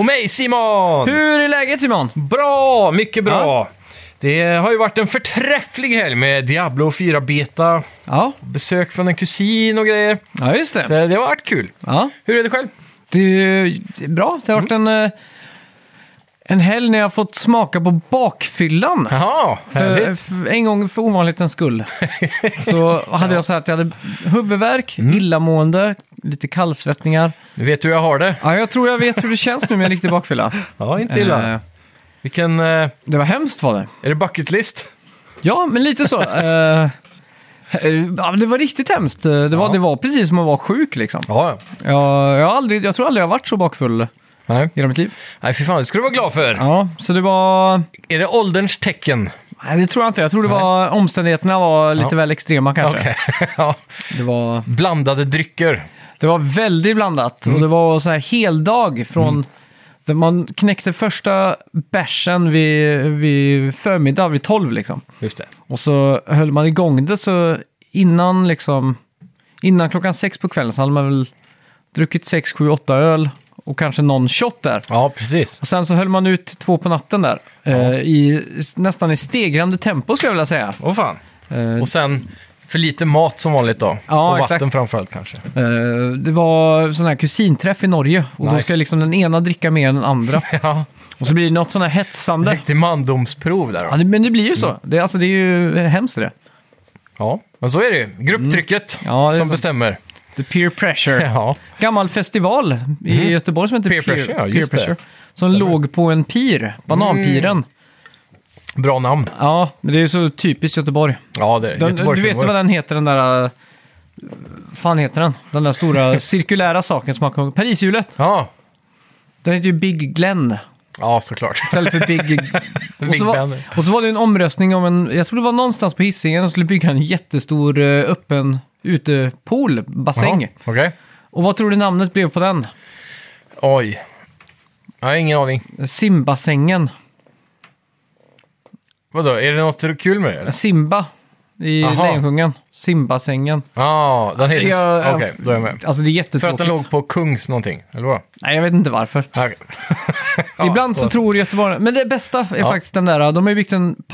mig Simon! Hur är läget Simon? Bra, mycket bra. Ja. Det har ju varit en förträfflig helg med Diablo 4 beta, Ja, besök från en kusin och grejer. ja just det. Så det har varit kul. Ja. Hur är det själv? Det är bra. Det har varit en helg när jag har fått smaka på bakfyllan. Jaha, härligt. En gång för ovanlighetens skull. Så hade jag sagt att jag hade huvudvärk, illamående, lite kallsvettningar. Du vet hur jag har det. Ja, jag tror jag vet hur det känns nu med en riktig bakfylla. Ja, inte illa. Vilken... Det var hemskt var det. är det bucket list? Ja, men lite så. Ja, det var riktigt hemskt. Det var precis som att vara sjuk liksom. Ja. Jag tror aldrig jag har varit så bakfull Nej. i hela mitt liv. Nej, fy fan, det ska du vara glad för. Ja, så det var... Är det ålderns tecken? Nej, det tror jag inte. Jag tror det var omständigheterna var lite väl extrema kanske. Okej. Ja. Det var... Blandade drycker. Det var väldigt blandat och det var så här heldag från... där man knäckte första bärsen vid förmiddag, vid 12 liksom. Just det. Och så höll man igång det så innan klockan 6 på kvällen så hade man väl druckit 6, 7, 8 öl och kanske någon shot där. Ja, precis. Och sen så höll man ut 2 på natten där. Nästan i stegrande tempo skulle jag vilja säga. Åh fan. Eh, Och sen för lite mat som vanligt då. Ja, och vatten exakt. framförallt kanske. Det var sån här kusinträff i Norge. Och då Nice. ska liksom den ena dricka mer än den andra. Ja, Och så blir det något sån här hetsande. riktig mandomsprov där då. Ja, men det blir ju så. Det är ju hemskt det. Ja, men så är det ju. Grupptrycket Ja, det är som så. bestämmer. The peer pressure. Ja, Gammal festival i Göteborg som heter Peer pressure, ja, just det. Som låg på en pir, bananpiren. bra namn. Ja, men det är ju så typiskt Göteborg. Ja, det är Du Göteborg. vet vad den heter, den där... fan heter den? Den där stora cirkulära saken som man kommer... Parishjulet. Ja, Den heter ju Big Glen. ja såklart. Istället för Big... Big Ben. och så var det en omröstning om en... Jag tror det var någonstans på Hisingen och skulle bygga en jättestor öppen utepool, bassäng. Ja, okej. Och vad tror du namnet blev på den? Oj. Jag har ingen aning. Simbassängen. Vadå, är det något kul med det? eller? Simba i Aha. Lejonkungen. Simbassängen. Ja, den heter... Okej, då är jag med. Alltså det är För jättetråkigt. att den låg på Kungs någonting, eller vad? Nej, jag vet inte varför. Okej. Ibland så tror Göteborg... Men det bästa är faktiskt den där... De har ju byggt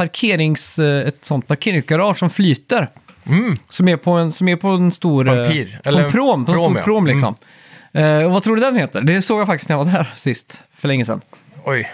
ett sånt parkeringsgarage som flyter. Som är på en stor... På en pir, På eller en prom. På en stor ja. prom liksom. Och vad tror du den heter? Det såg jag faktiskt när jag var där sist. För länge sedan. Oj.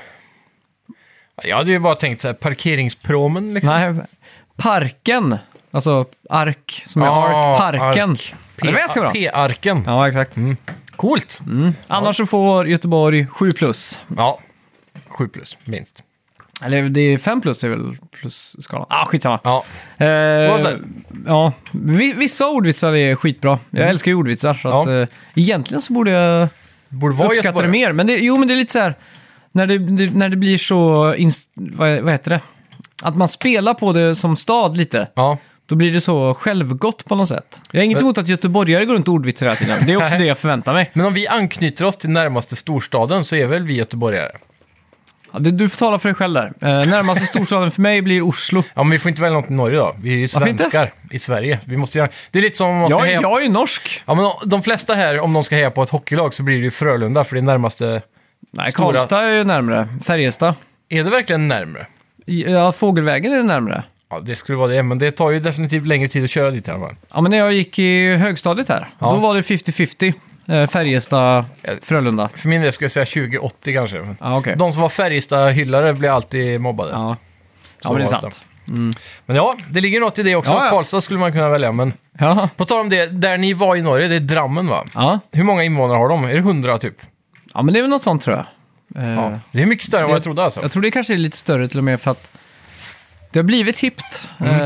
Jag hade ju bara tänkt så här, parkeringspromen liksom. Nej, parken. Alltså ark som är ark. Parken. Ark. Ja, det var ganska bra. P-arken. Ja, exakt. Coolt. Annars så får Göteborg 7+. Ja, 7+, minst. Eller det är 5+ är väl plusskalan. Skitsamma. Ja, Eh, ja, vissa ordvitsar är skitbra. Jag älskar ju ordvitsar. Så Ja. att, egentligen så borde jag borde vara uppskatta Göteborg. det mer. Men men det är lite så här... När det blir så... vad heter det? Att man spelar på det som stad lite. Ja, Då blir det så självgott på något sätt. Jag har inget emot att göteborgare går runt och ordvitsar hela tiden. Det är också det jag förväntar mig. men om vi anknyter oss till närmaste storstaden så är väl vi göteborgare? Ja, du får tala för dig själv där. Närmaste storstaden för mig blir Oslo. Ja, men vi får inte välja något i Norge då. Vi är ju Varför inte? svenskar i Sverige. Vi måste göra... Det är lite som om man ska heja... Jag är ju norsk. Ja, men de flesta här, om de ska heja på ett hockeylag så blir det ju Frölunda, för det är närmaste... Nej, Stora- Karlstad är ju närmare. Färjestad. Är det verkligen närmare? Ja, Fågelvägen är det närmare. Ja, det skulle vara det, men det tar ju definitivt längre tid att köra dit i alla fall. Ja, men när jag gick i högstadiet här, Ja. då var det 50-50. Färjestad, Frölunda. För min del skulle jag säga 20-80 kanske. Ja, okej. De som var Färjestad-hyllare blev alltid mobbade. Ja, Så men det är var sant. Men ja, det ligger något i det också. Ja, ja. Karlstad skulle man kunna välja, men Ja. på tal om det, där ni var i Norge, det är Drammen va? Ja. Hur många invånare har de? Är det 100 typ? Ja, men det är väl något sånt tror jag. Ja. Det är mycket större än vad jag trodde alltså. Jag tror det kanske är lite större till och med för att det har blivit hippt.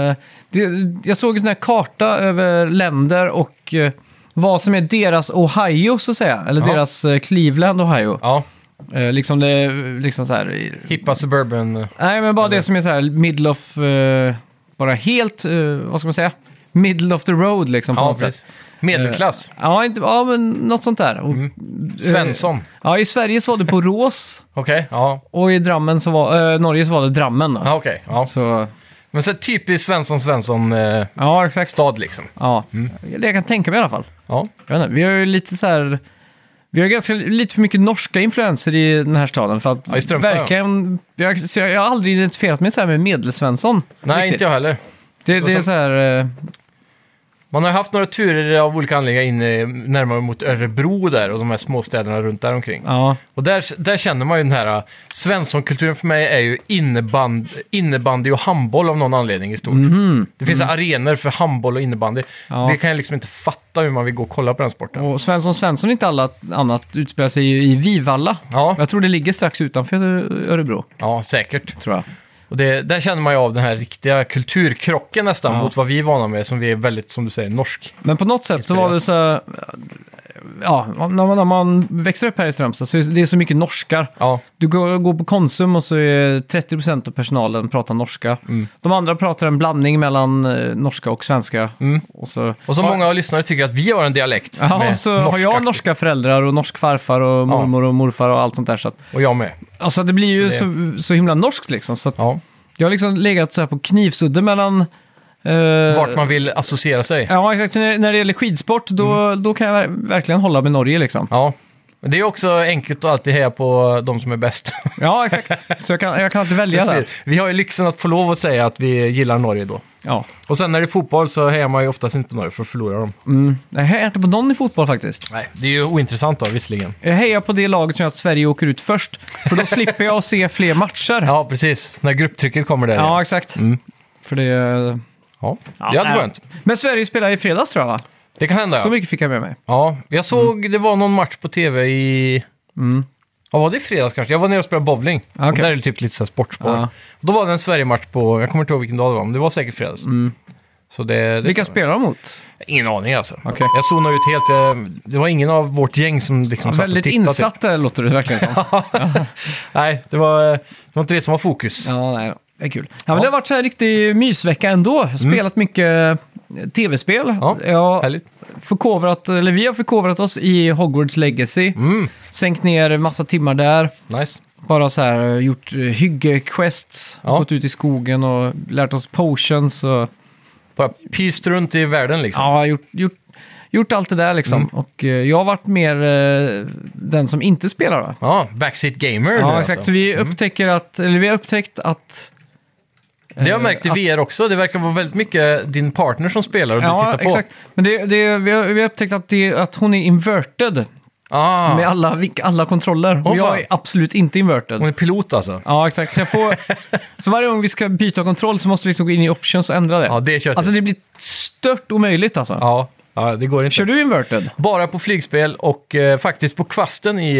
Jag såg en sån här karta över länder och vad som är deras Ohio så att säga. Eller Ja. deras Cleveland, Ohio. Ja, Liksom så här... hippa suburban... Nej, men bara det som är så här middle of... bara helt, vad ska man säga? Middle of the road liksom på Ja, något sätt. precis. Medelklass. Ja, men något sånt där. Och, Svensson. ja, i Sverige så var det Borås Okej, ja. och i Drammen så var... Norge så var det Drammen. Då. Ja, okej. Ja. Så, Men så typiskt Svensson ja, exakt. stad liksom. Ja, det jag kan tänka mig i alla fall. Ja. Jag vet inte, vi har ju lite så här... Vi har ganska lite för mycket norska influenser i den här staden. För att Ja, i Strömstad, verkligen, jag har aldrig identifierat mig så här med Medelsvensson. Nej, riktigt. inte jag heller. Det är så här... Man har haft några turer av olika anledningar inne närmare mot Örebro där och de här småstäderna runt där omkring. Ja, Och där känner man ju den här Svenssonkulturen för mig är ju innebandy och handboll av någon anledning i stort. Det finns arenor för handboll och innebandy. Ja. Det kan jag liksom inte fatta hur man vill gå och kolla på den sporten. och Svensson inte alla annat utspelar sig i Vivalla. Ja, Jag tror det ligger strax utanför Örebro, ja, säkert. tror jag. Och där känner man ju av den här riktiga kulturkrocken nästan mot vad vi är vana med, som vi är väldigt, som du säger, norsk. Men på något sätt så var det så... Ja, när man växer upp här i Strömstad så är det så mycket norskar. Ja, Du går på Konsum och så är 30% av personalen pratar norska. De andra pratar en blandning mellan norska och svenska. Och så många av lyssnare tycker att vi har en dialekt. ja, med och så har jag norska föräldrar och norsk farfar och mormor och morfar och allt sånt där. Så att, Och jag med. alltså det blir ju så himla norskt liksom. Så att Ja. jag har liksom legat så här på knivsudden mellan... Vart man vill associera sig. Ja, exakt. När det gäller skidsport, då kan jag verkligen hålla med Norge liksom. Ja. Men det är också enkelt att alltid heja på de som är bäst. Ja, exakt. Så jag kan inte välja där. Vi har ju lyxen att få lov att säga att vi gillar Norge då. Ja. Och sen när det är fotboll så hejar man ju oftast inte på Norge för att förlora dem. Jag hejar inte på någon i fotboll faktiskt. Nej, det är ju ointressant då, visserligen. Jag hejar på det laget som gör att Sverige åker ut först. För då slipper jag att se fler matcher. Ja, precis. När grupptrycket kommer där. Ja, exakt. För det... Ja, det är skönt. Men Sverige spelar i fredags tror jag, va? Det kan hända, Så ja. mycket fick jag med mig. Ja, jag såg, det var någon match på tv i... Ja, var det i fredags kanske? Jag var nere och spelade bowling. Okej. Och där är det typ lite så här sportspår. Ja. Och då var det en Sverige-match på, jag kommer inte ihåg vilken dag det var, men det var säkert fredags. Så det Vilka stämmer. spelar de mot? Ingen aning alltså. Okej. Jag zonade ut helt, det var ingen av vårt gäng som liksom satt och Väldigt tittade. insatt där låter det verkligen som. Nej, det var inte det som var fokus. Ja, nej. Det är kul. Ja, men det har varit så här riktig mysvecka ändå. Jag har spelat mycket tv-spel. Ja, Jag härligt. vi har förkovrat oss i Hogwarts Legacy. Sänkt ner massa timmar där. Nice. Bara så här gjort hygge-quests. Ja. Gått ut i skogen och lärt oss potions. Och, Bara pyst runt i världen liksom. ja, gjort allt det där liksom. Och jag har varit mer den som inte spelar. Va? Ja, backseat gamer nu Ja, alltså. exakt. Så vi vi har upptäckt att... Det har jag märkt i VR också. Det verkar vara väldigt mycket din partner som spelar och du tittar på. exakt. Men vi har upptäckt att hon är inverted Ah, med alla kontroller. Och jag fan. är absolut inte inverted. hon är pilot alltså. Ja, exakt. Så varje gång vi ska byta kontroll så måste vi liksom gå in i options och ändra det. Ja, det är köttigt. Alltså det blir stört omöjligt alltså. Ja, det går inte. Kör du inverted? Bara på flygspel och faktiskt på kvasten i...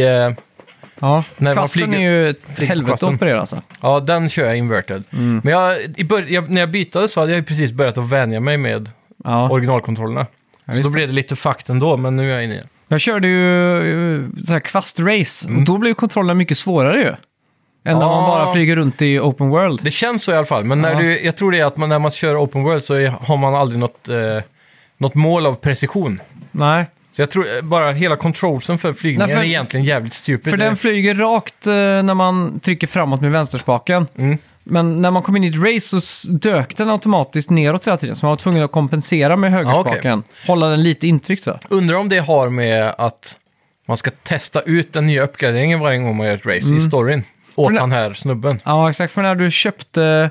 Ja, När man kasten flyger- är ju ett flyger på helvete att kasten. operera alltså. Ja, den kör jag inverted. Men när jag bytade så hade jag ju precis börjat att vänja mig med Ja. originalkontrollerna. Så visst. då blev det lite fakt ändå, men nu är jag inne igen. Jag körde ju så här kvastrace och då blev kontrollen mycket svårare ju. Än när man bara flyger runt i open world. Det känns så i alla fall, men Ja. jag tror det är att när man kör open world så har man aldrig något mål av precision. Nej. Så jag tror bara hela controlsen för flygningen Nej, för- är egentligen jävligt stupid. För den flyger rakt när man trycker framåt med vänsterspaken. Men när man kom in i ett race så dök den automatiskt neråt hela tiden. Så man var tvungen att kompensera med högerspaken. Hålla den lite intryckt så. Undrar om det har med att man ska testa ut den nya uppgraderingen varje gång man gör ett race i storyn. Åt För han här snubben. Ja, exakt. För när du köpte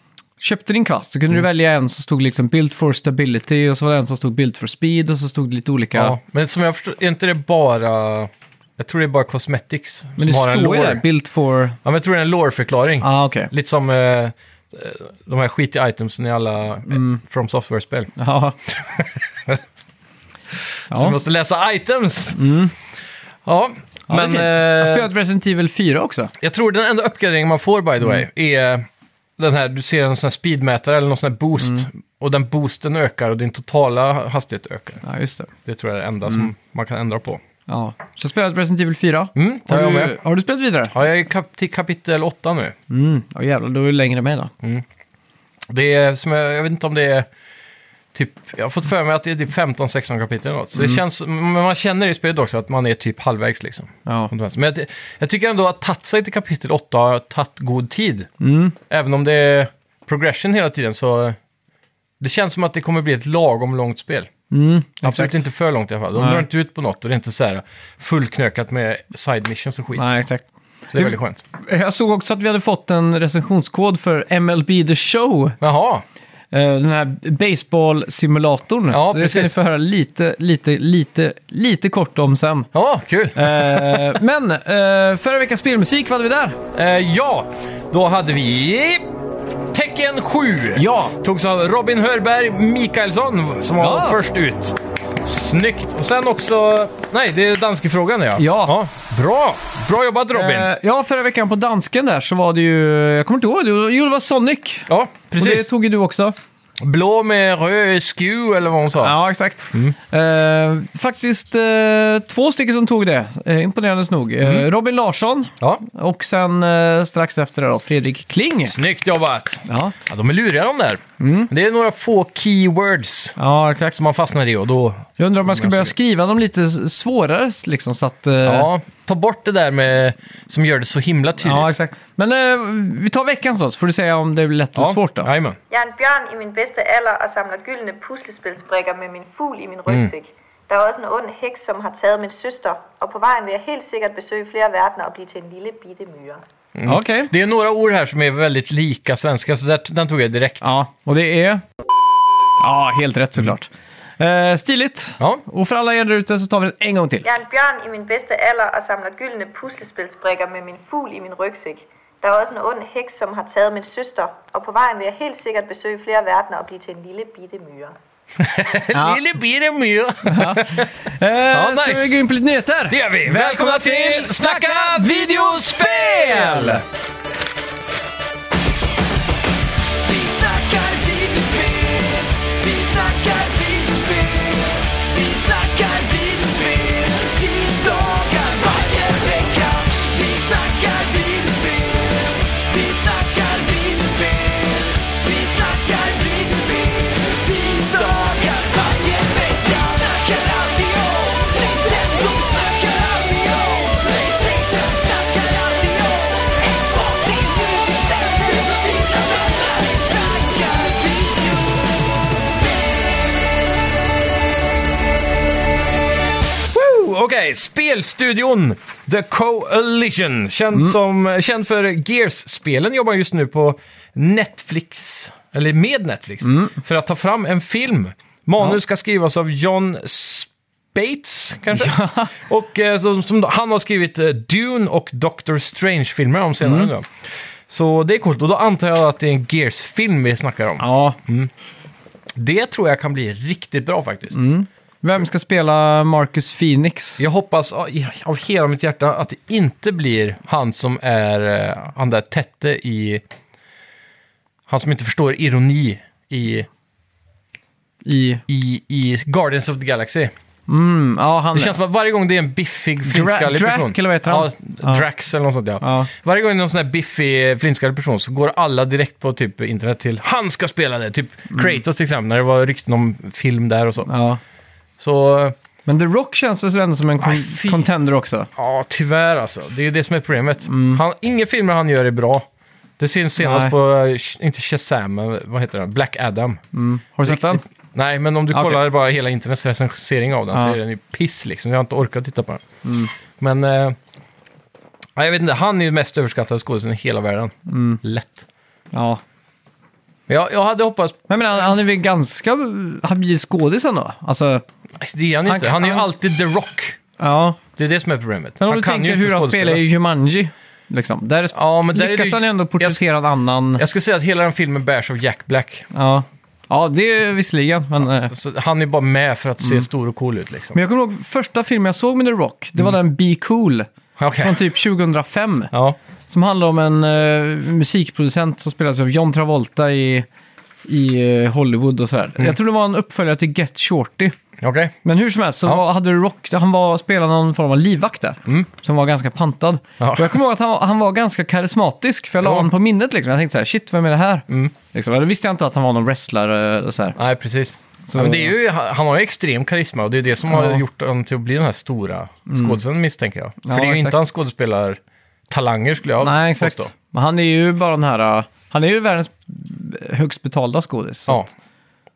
din kvast så kunde du välja en som stod liksom build for stability och så var det en som stod build for speed och så stod det lite olika. Ja, men som jag förstår, är inte det bara... Jag tror det är bara cosmetics Men det som har en står ju lore. där, build for... Ja, men jag tror det är en lore-förklaring. Okej. Lite som de här skitiga itemsen i alla From Software-spel. Ja. Så vi måste läsa items. Ja, Ja, men det är fint. Jag har spelat Resident Evil 4 också. jag tror den enda uppgraderingen man får, by the way, är den här, du ser en sån här speedmätare eller någon sån här boost. Och den boosten ökar och din totala hastighet ökar. Ja, just det. Det tror jag är det enda som man kan ändra på. Ja. Så jag har spelat Resident Evil 4. Det har jag med. Har du spelat vidare? Ja, jag är till kapitel 8 nu. Ja, jävlar. Då är du längre med då. Det är som jag vet inte om det är typ, jag har fått för mig att det är typ 15-16 kapitel eller något. Så det känns, men man känner i spelet också att man är typ halvvägs liksom. Ja. Men jag tycker ändå att tagit sig till kapitel 8 har tagit god tid. Även om det är progression hela tiden så det känns som att det kommer bli ett lagom långt spel. Absolut inte för långt i alla fall. De drar inte ut på något och det är inte så här fullknökat med side missions och skit. Nej, exakt. Så det är väldigt skönt. Jag såg också att vi hade fått en recensionskod för MLB The Show. Jaha. Den här baseball-simulatorn. Ja, så det ska ni få höra lite kort om sen. Ja, kul. Men förra veckans spelmusik, vad hade vi där? Ja, då hade vi Tekken 7. Ja. Togs av Robin Hörberg Mikaelsson som var först ut. Snyggt. Och sen också... Nej, det är danskefrågan, ja. Bra jobbat, Robin. Ja, förra veckan på dansken där så var det ju... Jag kommer inte ihåg, det var Sonic. Ja, precis. Och det tog ju du också. Blå med röd sku, eller vad hon sa. Ja, exakt. Faktiskt 2 stycken som tog det, imponerande nog. Robin Larsson och sen strax efter det då, Fredrik Kling. Snyggt jobbat. Ja, de är luriga de där. Det är några få keywords exakt. som man fastnar i och då... Jag undrar om man ska börja skriva dem lite svårare liksom, så att... Ja, ta bort det där med som gör det så himla tydligt. Ja, exakt. Men vi tar veckan så får du säga om det blir lätt eller svårt då. Jajamän. Jag är en björn i min bästa ålder och samlar gyllene puslespelsbrickor med min fugl i min ryggsäck. Det är också en ond häx som har tagit min syster och på vägen vill jag helt säkert besöka flera världar och bli till en lille bitte myra. Okej. Det är några ord här som är väldigt lika svenska, så den tog jag direkt. Ja, och det är... Ja, helt rätt såklart. Stiligt. Ja. Och för alla er där ute så tar vi det en gång till. Jag är en björn i min bästa ålder och samlar gyllene puslespelsbrickor med min fugl i min ryggsäck. Det är också en ond häx som har tagit min syster och på vägen vill jag helt säkert besöka flera världar och bli till en lille bitte myra. Lille bitte myra. Ska vi gå in på lite nyheter? Det gör vi. Välkomna till Snacka videospel! Vi snackar videospel, vi snackar videospel, vi snackar videospel, tisdagar varje vecka. Vi snackar videospel, vi snackar videospel, vi snackar videospel, tisdagar varje vecka. Snackar alltid om Nintendo, snackar alltid om PlayStation, snackar alltid om Xbox, det är nu vi sänder och dina vänner. Vi snackar videospel. Okej, spelstudion The Coalition, känd för Gears-spelen, jobbar just nu på Netflix, eller med Netflix, för att ta fram en film. Manus ska skrivas av John Spates, kanske. Och han har skrivit Dune och Doctor Strange-filmer om senare nu. Så det är coolt, och då antar jag att det är en Gears-film vi snackar om. Ja. Det tror jag kan bli riktigt bra faktiskt. Vem ska spela Marcus Phoenix? Jag hoppas av hela mitt hjärta att det inte blir han som är han där Tette i... Han som inte förstår ironi i Guardians of the Galaxy. Han Det känns som att varje gång det är en biffig flintskallig person... Drax, eller vad heter han? Drax eller något sånt, ja. Varje gång det är någon sån här biffig flintskallig person så går alla direkt på typ internet till han ska spela det. Typ Kratos till exempel, när det var rykten om film där och så. Ja. Så... Men The Rock känns väl ändå som en contender också. Ja, tyvär alltså. Det är ju det som är problemet. Inga filmer han gör är bra. Det syns senast på, inte Shazam, men vad heter det? Black Adam. Har du sett den? Nej, men om du kollar bara hela internets recensering av den så är den ju piss liksom. Jag har inte orkat titta på den. Men jag vet inte, han är ju mest överskattad skådespelaren i hela världen. Lätt. Ja. Jag hade hoppats... Men han är väl ganska habil skådis ändå? Alltså... Det är han inte. Han är ju alltid The Rock. Ja. Det är det som är problemet. Men om du tänker hur han spelar i Jumanji, liksom. Där lyckas han ändå porträttera en annan... Jag skulle säga att hela den filmen bärs av Jack Black. Ja, det är visserligen. Men, så han är bara med för att se stor och cool ut liksom. Men jag kommer ihåg första filmen jag såg med The Rock. Det var den Be Cool. Från typ 2005. Ja. Som handlar om en musikproducent som spelas av John Travolta i Hollywood och sådär. Jag tror det var en uppföljare till Get Shorty. Okay. Men hur som helst så hade Rock, spelade någon form av livvakt där. Som var ganska pantad. Och jag kommer ihåg att han var ganska karismatisk. För jag la honom på minnet liksom. Jag tänkte så här, shit, vem är det här? Liksom. Då visste jag inte att han var någon wrestlare och så här. Nej, precis. Så... Ja, men det är ju, han har ju extrem karisma och det är det som har gjort honom till att bli den här stora skådespelaren, misstänker jag. För det är ju inte han skådespelartalanger, skulle jag Nej, exakt. påstå. Men han är ju bara den här... Han är ju världens högst betalda skådis. Ja.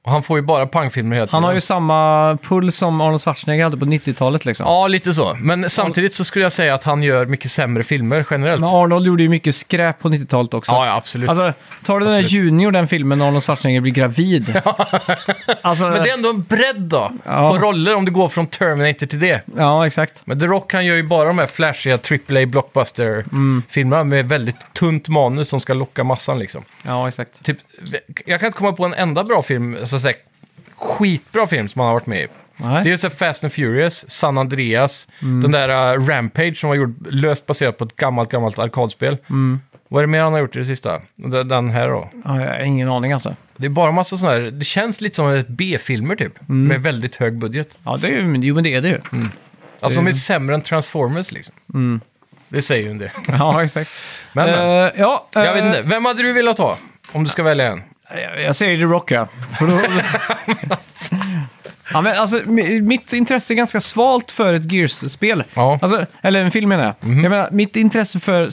Och han får ju bara pangfilmer hela tiden. Han har ju samma puls som Arnold Schwarzenegger hade på 90-talet liksom. Ja, lite så. Men samtidigt så skulle jag säga att han gör mycket sämre filmer generellt. Men Arnold gjorde ju mycket skräp på 90-talet också. Ja, absolut. Alltså, tar du den där Junior, den filmen när Arnold Schwarzenegger blir gravid. Alltså, Men det är ändå en bredd då, Ja. på roller om du går från Terminator till det. ja, exakt. Men The Rock, han gör ju bara de här flashiga AAA blockbuster-filmerna med väldigt tunt manus som ska locka massan liksom. Ja, exakt. Typ, jag kan inte komma på en enda bra film, så att säga, skitbra film som han har varit med i. Nej. Det är ju så Fast and Furious, San Andreas, den där Rampage som var gjord löst baserat på ett gammalt arkadspel. Vad är det mer han har gjort i det sista? Den här då? Ja, jag har ingen aning alltså. Det är bara massa sådana här, det känns lite som ett B-filmer typ, med väldigt hög budget. Ja, det är ju, jo, men det är det ju. Alltså de är sämre än Transformers liksom. Det säger ju en del. Ja, exakt. Men, Ja, jag vet inte, vem hade du velat ha? Om du ska välja en. Jag säger The Rock, ja. Ja, men alltså, mitt intresse är ganska svalt för ett Gears-spel. Ja. Alltså, eller en film menar jag. Jag menar, mitt intresse för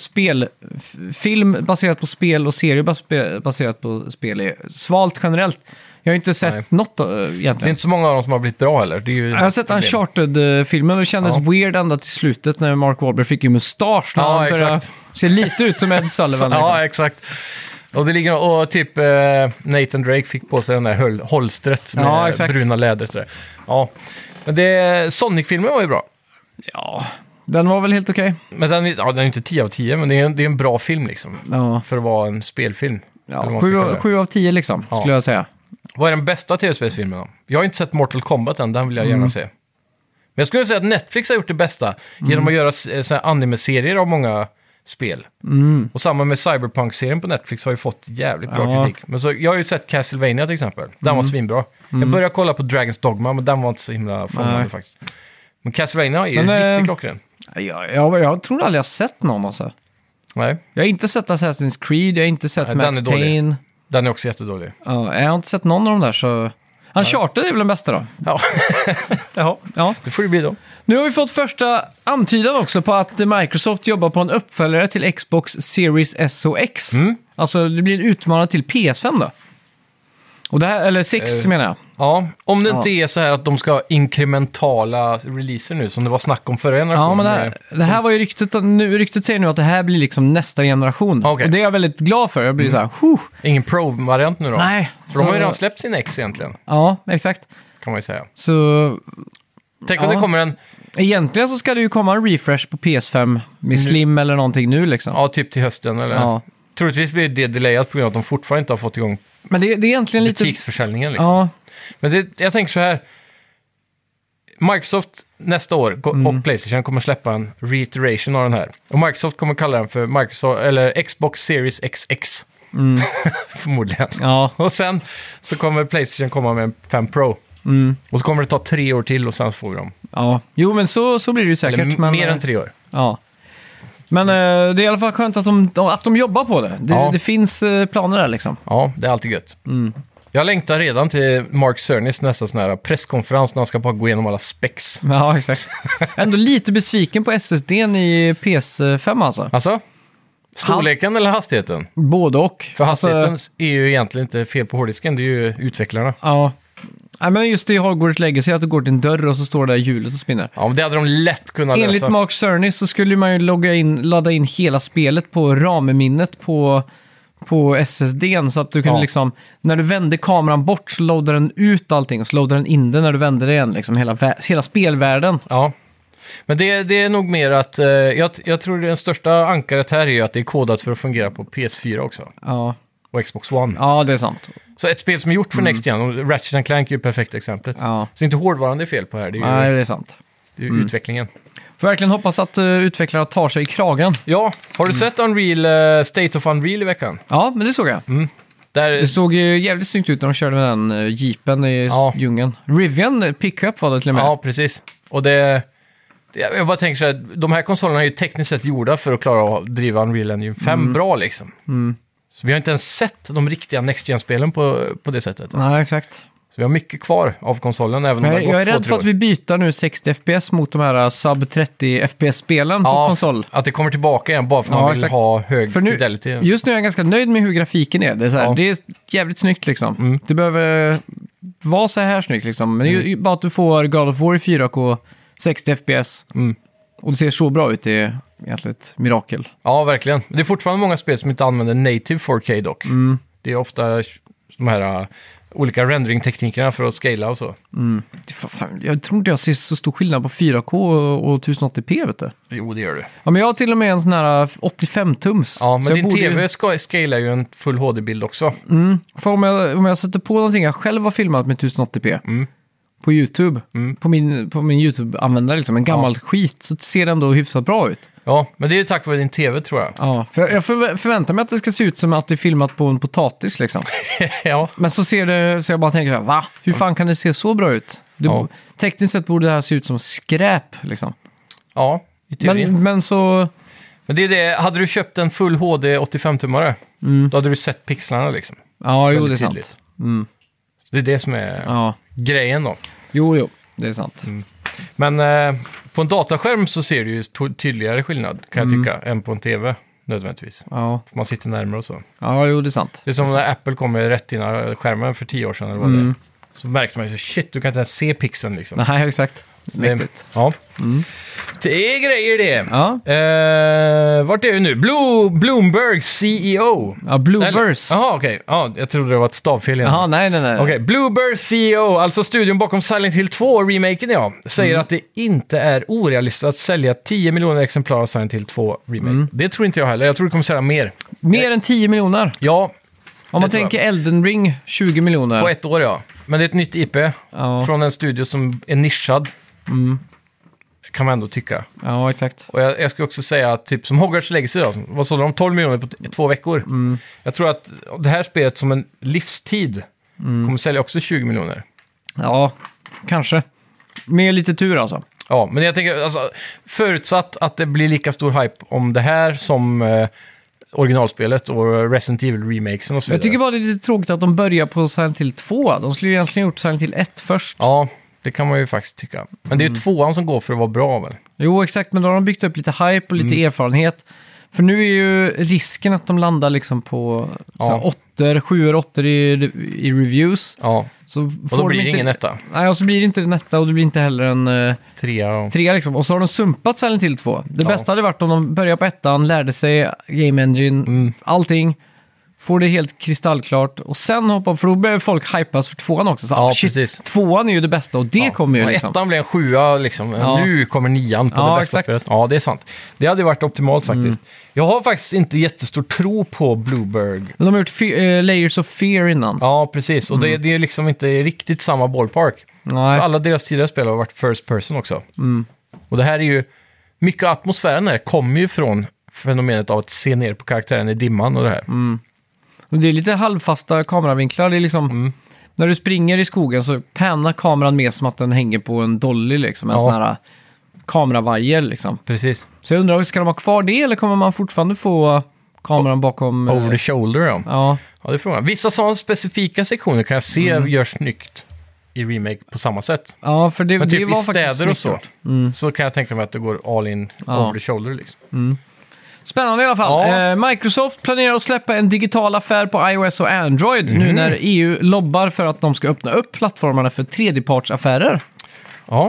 film baserat på spel och serie baserat på spel är svalt generellt. Jag har inte sett något egentligen. Det är inte så många av dem som har blivit bra heller. Det är ju Jag har sett Uncharted-filmen och det kändes weird ända till slutet när Mark Wahlberg fick ju mustasch. När han började se lite ut som Ed Sullivan. Ja, exakt. Och det ligger och typ Nathan Drake fick på sig den där holstret med bruna lädret. Där. Ja, men Sonic-filmen var ju bra. Ja, den var väl helt okej. Men den är inte 10 av 10, men det är en bra film liksom. Ja. För att vara en spelfilm. Ja, 7 av 10 liksom, skulle jag säga. Vad är den bästa tv-spelsfilmen då? Jag har inte sett Mortal Kombat än, den vill jag gärna se. Men jag skulle säga att Netflix har gjort det bästa genom att göra så här anime-serier av många spel. Och samma med Cyberpunk-serien på Netflix har ju fått jävligt bra kritik. Men så, jag har ju sett Castlevania till exempel. Den var svinbra. Jag började kolla på Dragon's Dogma, men den var inte så himla fångande faktiskt. Men Castlevania är ju riktigt klockren. Jag tror aldrig jag har sett någon alltså. Nej. Jag har inte sett Assassin's Creed, jag har inte sett Max Payne. Den är också jättedålig. Ja, jag har inte sett någon av dem där, så... Uncharted är väl den bästa då? Ja. Ja. Det får det bli då. Nu har vi fått första antydan också på att Microsoft jobbar på en uppföljare till Xbox Series S och X. Alltså det blir en utmanare till PS5 då. Och det här, eller 6 menar jag. Ja, om det inte är så här att de ska ha inkrementala releaser nu, som det var snack om förra generationen. Ja, men det här var ju ryktet säger nu att det här blir liksom nästa generation. Okay. Och det är jag väldigt glad för. Jag blir så här, Ingen Pro-variant nu då? Nej. För de har ju redan släppt sin X egentligen. Ja, exakt. Kan man ju säga. Så... Tänk om det kommer en... Egentligen så ska det ju komma en refresh på PS5 med Slim eller någonting nu liksom. Ja, typ till hösten eller... Ja. Troligtvis blir det delayat på grund av att de fortfarande inte har fått igång men det är egentligen lite... butiksförsäljningen liksom. Ja. Men jag tänker så här. Microsoft nästa år och PlayStation kommer släppa en reiteration av den här. Och Microsoft kommer kalla den för Microsoft, eller Xbox Series XX. Förmodligen. Ja. Och sen så kommer PlayStation komma med en 5 Pro. Och så kommer det ta 3 år till och sen får vi dem. Ja, jo men så blir det ju säkert. Eller mer än 3 år. Ja. Men det är i alla fall skönt att de jobbar på det. Det finns planer där liksom. Ja, det är alltid gött. Jag längtar redan till Mark Cernys nästa sån här presskonferens när han ska bara gå igenom alla specs. Ja, exakt. Ändå lite besviken på SSD:n i PS5 alltså. Alltså? Storleken eller hastigheten? Både och. För hastigheten är ju egentligen inte fel på hårddisken, det är ju utvecklarna. Ja. Nej, men just det i Hogwarts Legacy att du går till en dörr och så står det där hjulet och spinner. Ja, men det hade de lätt kunnat lösa. Enligt Mark Cerny så skulle man ju ladda in hela spelet på RAM-minnet på SSD:n så att du kan liksom, när du vänder kameran bort så loadar den ut allting och så loadar den in det när du vänder det igen, liksom hela spelvärlden. Ja, men det är nog mer att jag tror det största ankaret här är ju att det är kodat för att fungera på PS4 också. Ja. Och Xbox One. Ja, det är sant. Så ett spel som är gjort för Next Gen, och Ratchet & Clank är ju perfekt exemplet. Ja. Så inte hårdvaran det är fel på här, det är ju, Nej, det är sant. Det är ju utvecklingen. Får verkligen hoppas att utvecklare tar sig i kragen. Ja, har du sett Unreal, State of Unreal i veckan? Ja, men det såg jag. Det såg ju jävligt snyggt ut när de körde med den jeepen i djungeln. Rivian pickup var det till och med. Ja, precis. Och jag bara tänker så här, de här konsolerna är ju tekniskt sett gjorda för att klara att driva Unreal Engine 5 bra liksom. Så vi har inte ens sett de riktiga Next Gen-spelen på det sättet. Nej, exakt. Så vi har mycket kvar av konsolen, även om det har gått 2-3 år. Jag är rädd för att vi byter nu 60 FPS mot de här sub 30 FPS-spelen på konsol. Att det kommer tillbaka igen bara för att man vill ha hög fidelity. Just nu är jag ganska nöjd med hur grafiken är. Det är, så här, det är jävligt snyggt liksom. Det behöver vara så här snyggt liksom. Men det är ju bara att du får God of War i 4K, 60 FPS. Och det ser så bra ut, det är egentligen ett mirakel. Ja, verkligen. Det är fortfarande många spel som inte använder native 4K dock. Det är ofta de här olika rendering-teknikerna för att scala och så. Jag tror inte jag ser så stor skillnad på 4K och 1080p, vet du. Jo, det gör du. Ja, men jag har till och med en sån här 85-tums. Ja, men din TV scalar ju en full HD-bild också. För om jag sätter på någonting jag själv har filmat med 1080p på YouTube, på min YouTube-användare, liksom, en gammal skit, så ser den då hyfsat bra ut. Ja, men det är ju tack vare din TV, tror jag. Ja, för jag förväntar mig att det ska se ut som att det är filmat på en potatis, liksom. Ja. Men så ser det, så jag bara tänker, va? Hur fan kan det se så bra ut? Tekniskt sett borde det här se ut som skräp, liksom. Ja, i teorin. Men så... Men det är det, hade du köpt en full HD 85-tummare, då hade du sett pixlarna liksom. Ja, jo, det är Väldigt sant. tydligt. Det är det som är grejen då. Jo, det är sant. Men på en dataskärm så ser du ju tydligare skillnad, kan jag tycka, än på en TV nödvändigtvis. Ja. För man sitter närmare och så. Ja, jo, det är sant. Det är som när Apple kom med Retina-skärmen för 10 år sedan. Eller vad det är. Så märkte man ju, shit, du kan inte ens se pixeln liksom. Nej, exakt. Mäktigt. Ja. Det är grejer det. Ja. Vart är vi nu? Bloomberg CEO. Ja, Bluebirds. Jaha, okej. Ja, jag trodde det var ett stavfel igen. Jaha, nej. Okej, Bloomberg CEO, alltså studion bakom Silent Hill 2-remaken, säger att det inte är orealistiskt att sälja 10 miljoner exemplar av Silent Hill 2-remake. Det tror inte jag heller. Jag tror det kommer sälja mer. Mer än 10 miljoner? Ja. Om man tänker Elden Ring, 20 miljoner. På ett år, ja. Men det är ett nytt IP från en studio som är nischad. Kan man ändå tycka. Ja, exakt. Och jag ska också säga att typ som Hogwarts Legacy då, vad sålde de? 12 miljoner på 2 veckor. Jag tror att det här spelet som en livstid kommer sälja också 20 miljoner. Ja, kanske. Med lite tur alltså. Ja, men jag tänker, alltså, förutsatt att det blir lika stor hype om det här som originalspelet och Resident Evil-remakesen och så vidare. Jag tycker bara det är lite tråkigt att de börjar på Silent Hill 2. De skulle ju egentligen gjort Silent Hill 1 först. Ja, det kan man ju faktiskt tycka. Men det är ju 2an som går för att vara bra, väl? Jo, exakt. Men då har de byggt upp lite hype och lite erfarenhet. För nu är ju risken att de landar liksom på 8, 7, 8 i reviews. Ja, så och då blir det ingen etta. Nej, och så blir det inte en etta och det blir inte heller en 3 liksom. Och så har de sumpat Silent Hill 2. Det bästa hade varit om de började på ettan, lärde sig Game Engine, allting. Får det helt kristallklart. Och sen hoppa, för då börjar folk hypas för 2an också. Så, precis. 2an är ju det bästa och det kommer ju liksom. Ettan blir en 7 liksom. Nu kommer 9an på det bästa spelet. Ja, det är sant. Det hade varit optimalt faktiskt. Jag har faktiskt inte jättestor tro på Bloomberg. De har gjort Layers of Fear innan. Ja, precis. Och det är liksom inte riktigt samma ballpark. Nej. För alla deras tidigare spel har varit first person också. Och det här är ju... Mycket av atmosfären här kommer ju från fenomenet av att se ner på karaktären i dimman och det här. Och det är lite halvfasta kameravinklar. Det är liksom... När du springer i skogen så pannar kameran med som att den hänger på en dolly liksom. En sån här kameravajer liksom. Precis. Så jag undrar, ska de ha kvar det eller kommer man fortfarande få kameran bakom... Over the shoulder, ja. Ja, det är frågan. Vissa sådana specifika sektioner kan jag se görs snyggt i remake på samma sätt. Ja, för det, men typ det var i städer och så. Snyggt. Så kan jag tänka mig att det går all in over the shoulder liksom. Spännande i alla fall. Ja. Microsoft planerar att släppa en digital affär på iOS och Android nu när EU lobbar för att de ska öppna upp plattformarna för tredjepartsaffärer. Ja,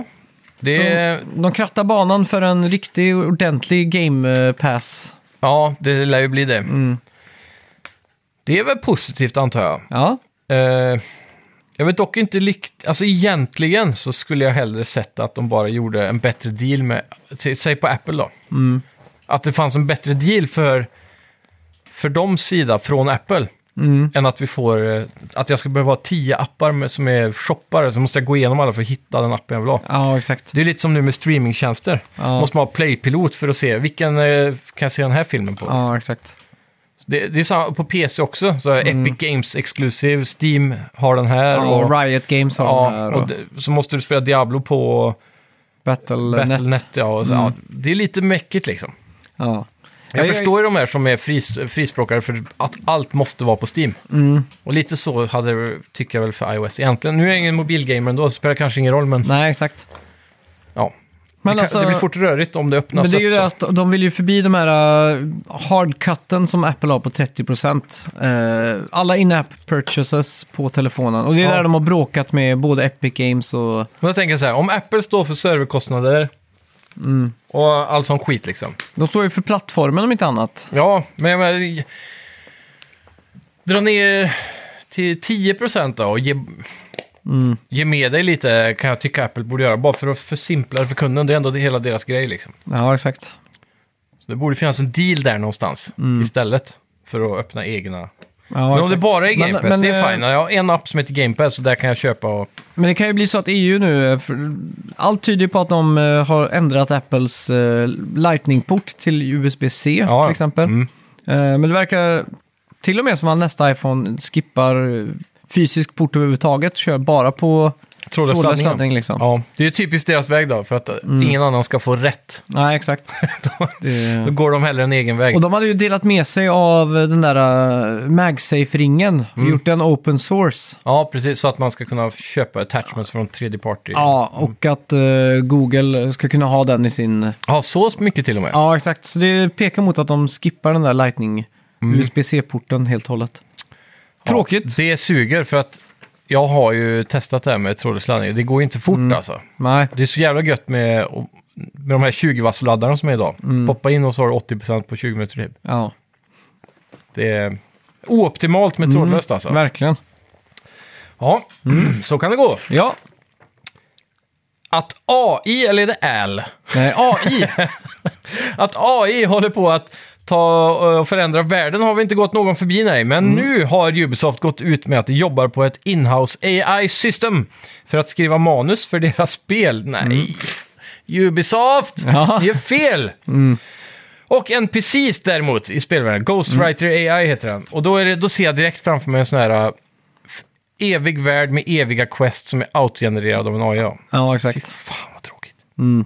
så de krattar banan för en riktig ordentlig Game Pass. Ja, det lär ju bli det. Det är väl positivt, antar jag. Ja. Jag vet dock inte alltså egentligen så skulle jag hellre sett att de bara gjorde en bättre deal med, säg på Apple då. Att det fanns en bättre deal för de sida från Apple. Än att vi får, att jag ska behöva ha 10 appar som är shoppare, så måste jag gå igenom alla för att hitta den appen jag vill ha. Ja, exakt. Det är lite som nu med streamingtjänster. Måste man ha Play-pilot för att se vilken kan jag se den här filmen på. Ja, exakt. Det är samma på PC också. Så Epic Games Exclusive, Steam har den här. Och Riot Games har den här. Och så måste du spela Diablo på Battle.net. Ja, det är lite mäckigt liksom. Ja. Jag förstår ju de här som är frispråkare för att allt måste vara på Steam. Och lite så tycker jag väl för iOS. Egentligen, nu är jag ingen mobilgamer ändå, så spelar det kanske ingen roll, men... Nej, exakt. Ja. Men det blir fort rörigt om det öppnas men det är ju upp. det att de vill ju förbi de här hardcutten som Apple har på 30%. Alla in-app purchases på telefonen. Och det är där de har bråkat med både Epic Games och... Men jag tänker så här, om Apple står för serverkostnader och all sån skit liksom. De står ju för plattformen om inte annat. Ja, men jag menar, dra ner till 10% då och ge med dig lite, kan jag tycka Apple borde göra. Bara för att försimpla det för kunden, det är ändå hela deras grej liksom. Ja, exakt. Så det borde finnas en deal där någonstans istället för att öppna egna. Ja, Men om exakt. det bara är Game Pass, Men, det är fine. Jag har en app som heter Game Pass och där kan jag köpa och... Men det kan ju bli så att EU nu, allt tyder ju på att de har ändrat Apples Lightning-port till USB-C till exempel. Men det verkar till och med som att nästa iPhone skippar fysisk port överhuvudtaget, kör bara på trådlös laddning liksom. Ja, det är typiskt deras väg då, för att ingen annan ska få rätt. Nej, exakt. Då går de hellre en egen väg. Och de hade ju delat med sig av den där MagSafe-ringen och gjort den open source. Ja, precis, så att man ska kunna köpa attachments från tredje party. Ja, och att Google ska kunna ha den i sin... Ja, så mycket till och med. Ja, exakt. Så det pekar mot att de skippar den där Lightning USB-C-porten helt och hållet. Tråkigt. Ja, det suger för att jag har ju testat det här med trådlös laddning. Det går ju inte fort alltså. Nej. Det är så jävla gött med de här 20-watts-laddarna som är idag. Poppa in och så har du 80% på 20 minuter typ. Ja. Det är ooptimalt med trådlöst alltså. Verkligen. Ja, så kan det gå. Ja. Att AI, eller är det AL? Nej, AI. Att AI håller på att ta och förändra världen har vi inte gått någon förbi, nej. Men nu har Ubisoft gått ut med att de jobbar på ett in-house AI-system för att skriva manus för deras spel. Nej, Ubisoft! Ja. Det är fel! Och NPCs däremot i spelvärlden, Ghostwriter AI heter den. Och då ser jag direkt framför mig en sån här evig värld med eviga quests som är autogenererad av en AI. Ja, Fy exakt. fan vad tråkigt.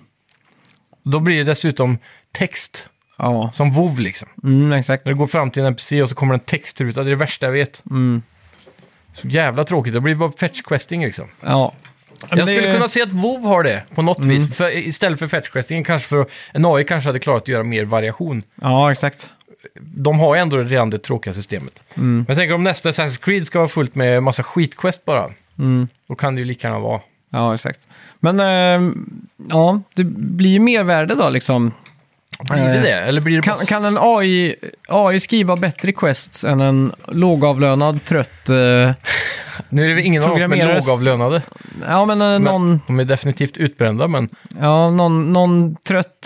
Då blir det dessutom text. Ja. Som WoW liksom. Exakt. När du går fram till en NPC och så kommer en textruta. Det är det värsta jag vet. Så jävla tråkigt. Det blir bara fetch questing liksom. Ja. Jag skulle kunna se att WoW har det på något vis. För, istället för fetch questing, kanske för en AI kanske hade klarat att göra mer variation. Ja, exakt. De har ju ändå redan det tråkiga systemet. Men jag tänker om nästa Assassin's Creed ska vara fullt med massa skitquest bara. Då kan det ju lika gärna vara. Ja, exakt. Men ja, det blir ju mer värde då liksom. Blir det? Eller blir det bara... Kan en AI skriva bättre quests än en lågavlönad, trött... Nu är det väl ingen av oss som är lågavlönade. Ja, men någon... De är definitivt utbrända, men... Ja, någon trött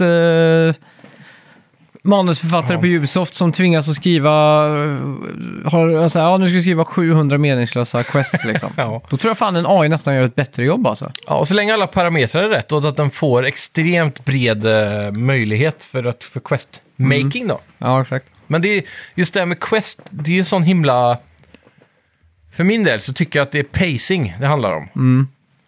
manusförfattare på Ubisoft som tvingas att skriva... nu ska jag skriva 700 meningslösa quests liksom. Ja. Då tror jag fan en AI nästan gör ett bättre jobb alltså. Ja, och så länge alla parametrar är rätt och att den får extremt bred möjlighet för quest-making då. Ja, exakt. Men det är, just det här med quest, det är ju sån himla... För min del så tycker jag att det är pacing det handlar om.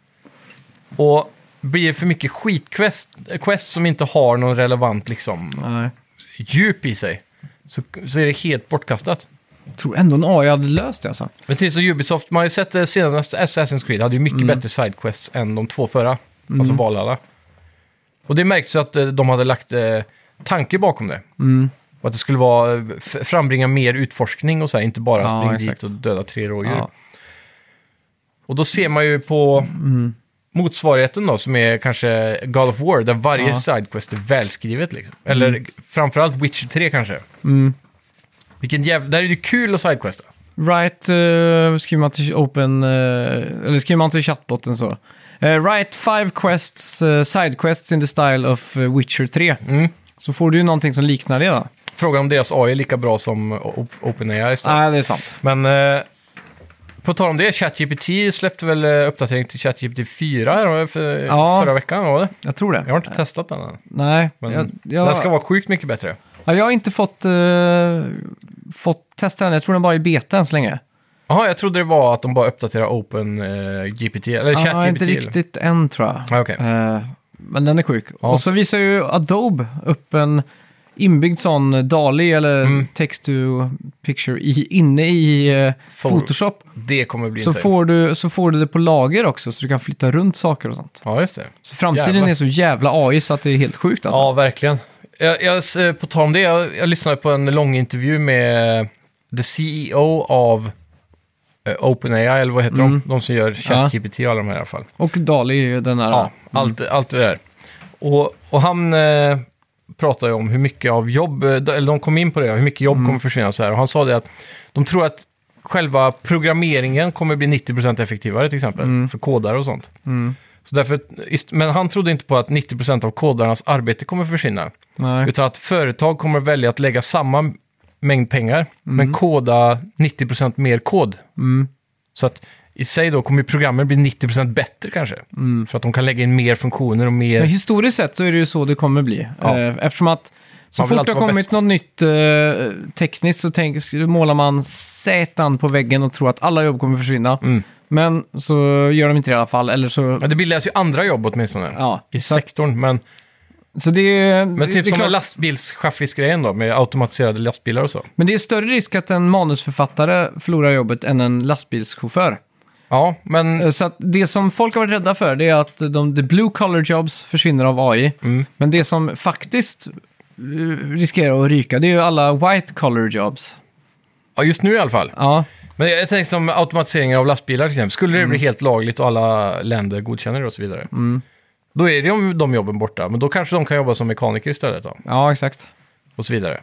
Och blir det för mycket quest som inte har någon relevant liksom, djup i sig, så är det helt bortkastat. Jag tror ändå en AI hade löst det alltså. Men till så Ubisoft, man har ju sett det senaste Assassin's Creed, hade ju mycket bättre sidequests än de två förra. Alltså Valhalla. Och det märks ju att de hade lagt tanke bakom det. Och att det skulle vara frambringa mer utforskning och så här, inte bara springa dit och döda 3 rådjur. Ja. Och då ser man ju på motsvarigheten då, som är kanske God of War, där varje sidequest är välskrivet liksom. Eller framförallt Witcher 3 kanske. Där är det kul att sidequesta. Right, skriver man till open, eller skriver man till chattbotten så. Write 5 quests, sidequests in the style of Witcher 3. Så får du ju någonting som liknar det då. Frågan om deras AI är lika bra som OpenAI. Nej, det är sant. Men på tal om det, ChatGPT släppte väl uppdatering till ChatGPT 4 förra veckan, var det? Jag tror det. Jag har inte testat den än. Nej. Men den ska vara sjukt mycket bättre. Ja, jag har inte fått testa den. Jag tror den bara är i beta än så länge. Jaha, jag trodde det var att de bara uppdaterar OpenGPT eller ChatGPT. Ja, inte riktigt än tror jag. Okay. Men den är sjuk. Och så visar ju Adobe upp en inbyggd sån DALL-E eller text to picture inne i Photoshop. Det kommer bli Så får du det på lager också, så du kan flytta runt saker och sånt. Ja, just det. Så framtiden Jävlar. är så jävla AI så att det är helt sjukt alltså. Ja, verkligen. På tal om det, jag lyssnade på en lång intervju med the CEO av OpenAI, eller vad heter de? De som gör ChatGPT och alla de här i alla fall. Och DALL-E, den här... Ja, allt det där. Och han pratar ju om hur mycket av jobb, eller de kom in på det, hur mycket jobb kommer försvinna och så här. Och han sa det att de tror att själva programmeringen kommer bli 90% effektivare till exempel, för kodare och sånt. Så därför, men han trodde inte på att 90% av kodarnas arbete kommer försvinna. Nej. Utan att företag kommer välja att lägga samma mängd pengar, men koda 90% mer kod. Så att i sig då kommer programmen bli 90% bättre kanske. För att de kan lägga in mer funktioner och mer... Men historiskt sett så är det ju så det kommer bli. Ja. Eftersom att så Man vill fort det alltid har vara kommit bäst. något nytt tekniskt så målar man sätan på väggen och tror att alla jobb kommer försvinna. Men så gör de inte det i alla fall. Eller så... Ja, det bildas ju andra jobb åtminstone i så sektorn, men... Så det, Men typ det är som klart, en lastbilschaffisgrejen då, med automatiserade lastbilar och så. men det är större risk att en manusförfattare förlorar jobbet än en lastbilschaufför. Ja, men... Så att det som folk har varit rädda för det är att the blue collar jobs försvinner av AI. Men det som faktiskt riskerar att ryka, det är ju alla white collar jobs. Ja, just nu i alla fall. Ja, Men jag tänkte som automatiseringen av lastbilar till exempel. Skulle det bli helt lagligt och alla länder godkänner det och så vidare. Då är det ju de jobben borta. Men då kanske de kan jobba som mekaniker istället då. ja exakt. Och så vidare.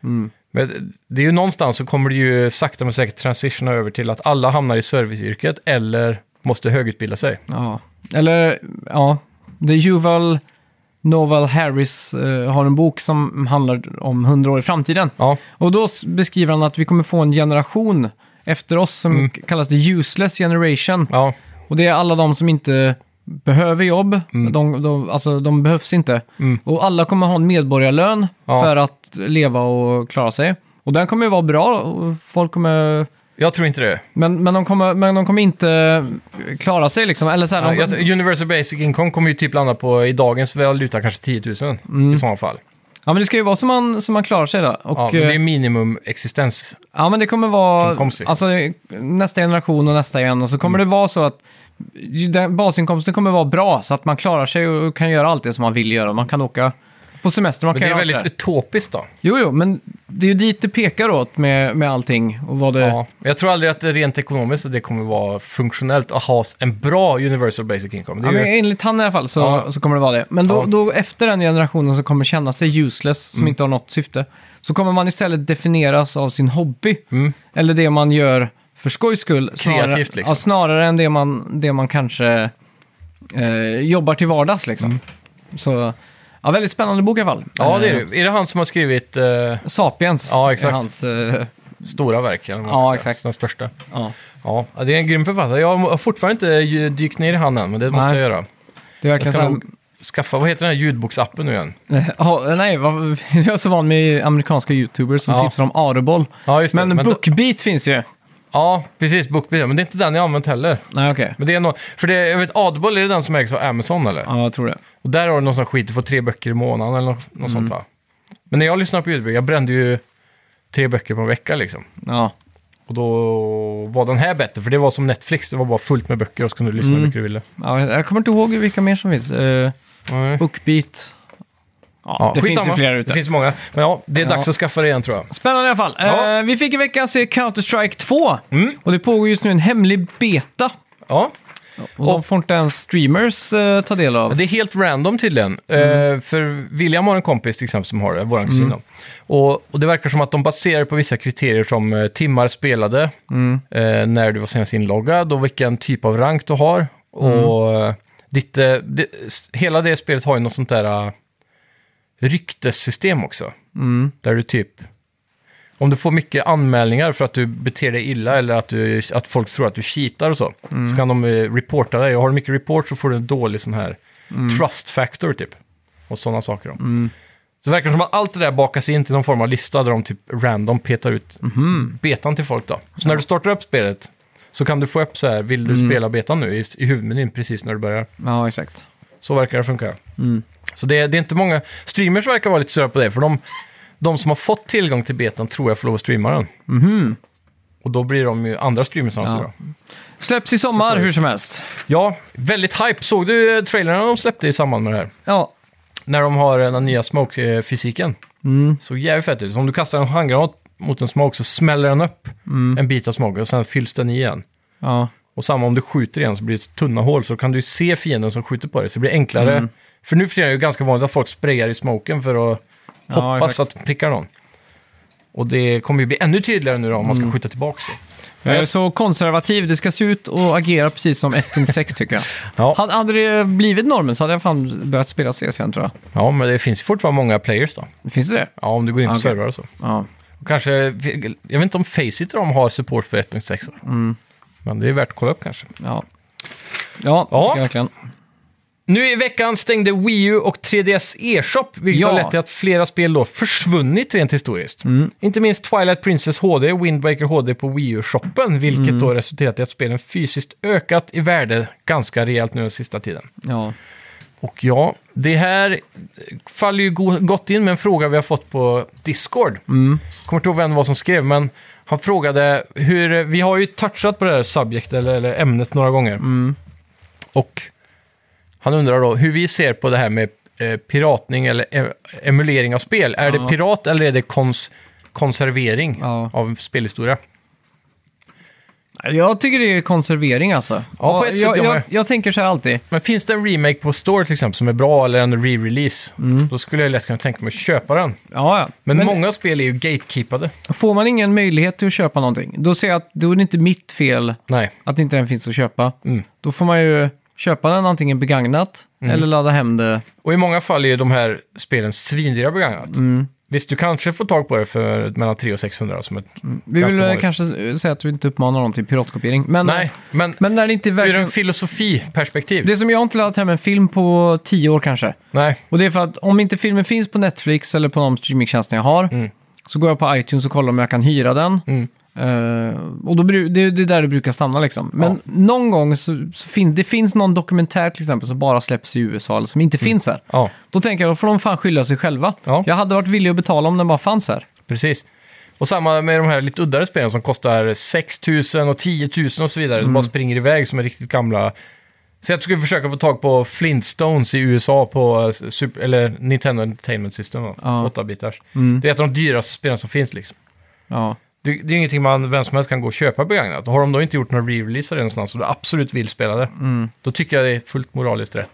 Men det är ju någonstans så kommer det ju sakta men säkert transitiona över till att alla hamnar i serviceyrket eller måste högutbilda sig. Ja. Eller, ja, det Yuval Noah Harris har en bok som handlar om 100 år i framtiden. Ja, Och då beskriver han att vi kommer få en generation efter oss som kallas the useless generation. ja, Och det är alla de som inte behöver jobb. De behövs inte. Och alla kommer ha en medborgarlön för att leva och klara sig. Och den kommer ju vara bra. Och folk kommer... jag tror inte det. Men de kommer inte klara sig liksom. Eller så här, Universal Basic Income kommer ju typ landa på i dagens valuta kanske 10 000 i sådana fall. Ja, men det ska ju vara som man klarar sig då. Och, Ja, men det är minimum existens. ja, men det kommer vara Inkomst, liksom. alltså, nästa generation och nästa igen. Och så kommer det vara så att basinkomsten kommer vara bra så att man klarar sig och kan göra allt det som man vill göra. Man kan åka på semester. Man Men kan det är göra allt väldigt det där. utopiskt då. Jo, men det är ju dit det pekar åt med allting. Och vad det... Ja, jag tror aldrig att det rent ekonomiskt att det kommer vara funktionellt att ha en bra Universal Basic Income. Det är Ja, ju... men enligt han i alla fall så kommer det vara det. Men då efter den generationen som kommer känna sig useless, som inte har något syfte, så kommer man istället definieras av sin hobby. Eller det man gör för skojs skull. Kreativt liksom. Ja, snarare än det man kanske jobbar till vardags liksom. Så, ja, väldigt spännande bok i alla fall. Ja, det är det. Är det han som har skrivit Sapiens. Ja, exakt. Är hans, stora verk? Eller vad man Ja, ska säga. exakt. Den största. ja, Ja, det är en grym författare. Jag har fortfarande inte dykt ner i han än, men det måste Nej. jag göra. det är Jag verkligen ska så nog skaffa, vad heter den här ljudboksappen nu igen? nej, jag är så van med amerikanska YouTubers som tipsar om Audible. Ja, just det. Men BookBeat finns ju. Ja, precis. BookBeat. Men det är inte den jag har använt heller. Nej, okej. Men det är nog... För det, jag vet, Audible, är det den som ägs av Amazon eller? Ja, jag tror det. Och där har du någon sån skit, du får 3 böcker i månaden eller något sånt va? Men när jag lyssnar på ljudböcker, jag brände ju 3 böcker på en vecka liksom. Ja. Och då var den här bättre, för det var som Netflix, det var bara fullt med böcker och så kunde du lyssna hur mycket du ville. Ja, jag kommer inte ihåg vilka mer som finns. Nej. BookBeat. Ja, det finns ju flera ute. Det finns många. Men ja, det är dags att skaffa det igen tror jag. Spännande i alla fall. Ja. Vi fick i veckan se Counter-Strike 2. Och det pågår just nu en hemlig beta. Ja, Och de får inte ens streamers ta del av. det är helt random tydligen. För William har en kompis till exempel som har det, våran kusin då. Och det verkar som att de baserar på vissa kriterier som timmar spelade, när du var senast inloggad och vilken typ av rank du har. Och hela det spelet har ju något sånt där ryktessystem också. Där du typ... Om du får mycket anmälningar för att du beter dig illa eller att folk tror att du cheatar och så kan de reporta dig. Och har du mycket report så får du en dålig sån här trust factor typ. Och sådana saker. Så det verkar som att allt det där bakas in till någon form av lista där de typ random petar ut betan till folk då. Så när du startar upp spelet så kan du få upp så här, vill du spela betan nu i huvudmenyn precis när du börjar. Ja, exakt. Så verkar det funka. Så det är inte många... Streamers verkar vara lite större på det, för de som har fått tillgång till betan tror jag får lov att streama den. Och då blir de ju andra streamers. Ja. Släpps i sommar hur som helst. Ja, väldigt hype. Såg du trailerna de släppte i samband med det här? Ja. När de har den nya smoke-fysiken. Så jävligt fett ut. Så om du kastar en handgranat mot en smoke så smäller den upp en bit av smoke och sen fylls den igen. Ja. Och samma om du skjuter igen så blir det tunna hål så kan du se fienden som skjuter på dig. Så det blir enklare. För nu är det ju ganska vanligt att folk sprayar i smoken för att hoppas att pricka någon. Och det kommer ju bli ännu tydligare nu då om man ska skjuta tillbaka. Jag är så konservativ. Det ska se ut och agera precis som 1.6 tycker jag. Ja. Hade det blivit normen så hade jag fan börjat spela CS igen tror jag. Ja, men det finns fortfarande många players då. Finns det? Ja, om du går in på server och så. Ja. Och kanske, jag vet inte om Faceit de har support för 1.6. Men det är värt att kolla upp kanske. Ja, tycker jag verkligen. Nu i veckan stängde Wii U och 3DS eShop, vilket har lett till att flera spel då försvunnit rent historiskt. Inte minst Twilight Princess HD och Wind Waker HD på Wii U-shoppen, vilket då resulterat i att spelen fysiskt ökat i värde ganska rejält nu den sista tiden. Ja. Och ja, det här faller ju gott in med en fråga vi har fått på Discord. Kommer inte ihåg vem det var som skrev, men han frågade hur, vi har ju touchat på det här subject eller ämnet några gånger. Och han undrar då hur vi ser på det här med piratning eller emulering av spel. Är det pirat eller är det konservering av spelhistoria? Jag tycker det är konservering alltså. Ja, på ett sätt jag tänker så här alltid. Men finns det en remake på Store till exempel som är bra eller en re-release, då skulle jag lätt kunna tänka mig att köpa den. Ja. Men många spel är ju gatekeepade. Får man ingen möjlighet till att köpa någonting, då ser jag att då är det inte mitt fel att inte den finns att köpa. Då får man ju köpa den antingen begagnat eller ladda hem det. Och i många fall är ju de här spelen svindyra begagnat. Visst, du kanske får tag på det för mellan 300 och 600 som ett vi vill kanske säga att vi inte uppmanar någon till piratkopiering. Men, nej, men när det inte är verkligen... ur en filosofiperspektiv. Det som jag inte laddat hem en film på 10 år kanske. Nej. Och det är för att om inte filmen finns på Netflix eller på de streamingtjänster jag har så går jag på iTunes och kollar om jag kan hyra den. Och då det är där det brukar stanna liksom. Men någon gång det finns någon dokumentär till exempel som bara släpps i USA eller som inte finns här. Då tänker jag, då får de fan skylla sig själva. Jag hade varit villig att betala om den bara fanns här. Precis. Och samma med de här lite uddare spelen som kostar 6 000 och 10 000 och så vidare. De bara springer iväg som är riktigt gamla. Så jag skulle försöka få tag på Flintstones i USA på eller Nintendo Entertainment System, 8-bitars. Det är ett av de dyraste spelen som finns liksom. Det är ju ingenting vem som helst kan gå och köpa begagnat. Har de då inte gjort några re-releaser någonstans och du absolut vill spela det, då tycker jag det är fullt moraliskt rätt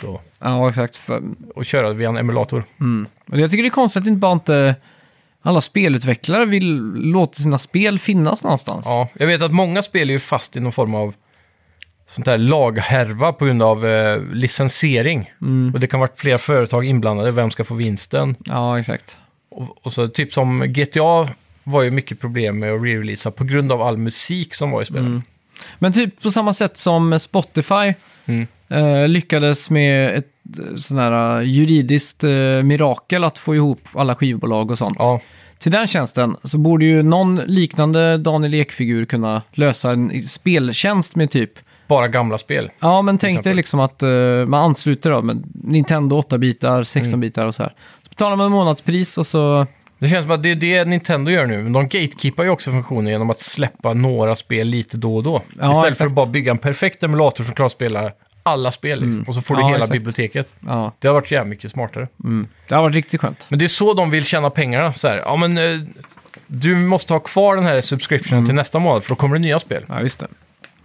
att köra det via en emulator. Och jag tycker det är konstigt att inte alla spelutvecklare vill låta sina spel finnas någonstans. Ja, jag vet att många spel är ju fast i någon form av sånt här laghärva på grund av licensiering. Och det kan vara flera företag inblandade, vem ska få vinsten. Ja, exakt. Och så typ som GTA var ju mycket problem med att re-releasa på grund av all musik som var i spelet. Men typ på samma sätt som Spotify lyckades med ett sån här juridiskt mirakel att få ihop alla skivbolag och sånt. Till den tjänsten så borde ju någon liknande Daniel Ek-figur kunna lösa en speltjänst med typ bara gamla spel. Ja, men tänk dig liksom att man ansluter då med Nintendo 8-bitar, 16-bitar och så här. Så betalar man en månadspris och så... Det känns som att det är det Nintendo gör nu. Men de gatekeepar ju också funktionen genom att släppa några spel lite då och då. Istället för att bara bygga en perfekt emulator som klarar att spela alla spel. Liksom. Och så får du hela biblioteket. Det har varit jävligt mycket smartare. Det har varit riktigt skönt. Men det är så de vill tjäna pengarna. Så här, du måste ha kvar den här subscriptionen till nästa månad för då kommer det nya spel. Ja, just det.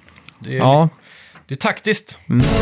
Det är taktiskt.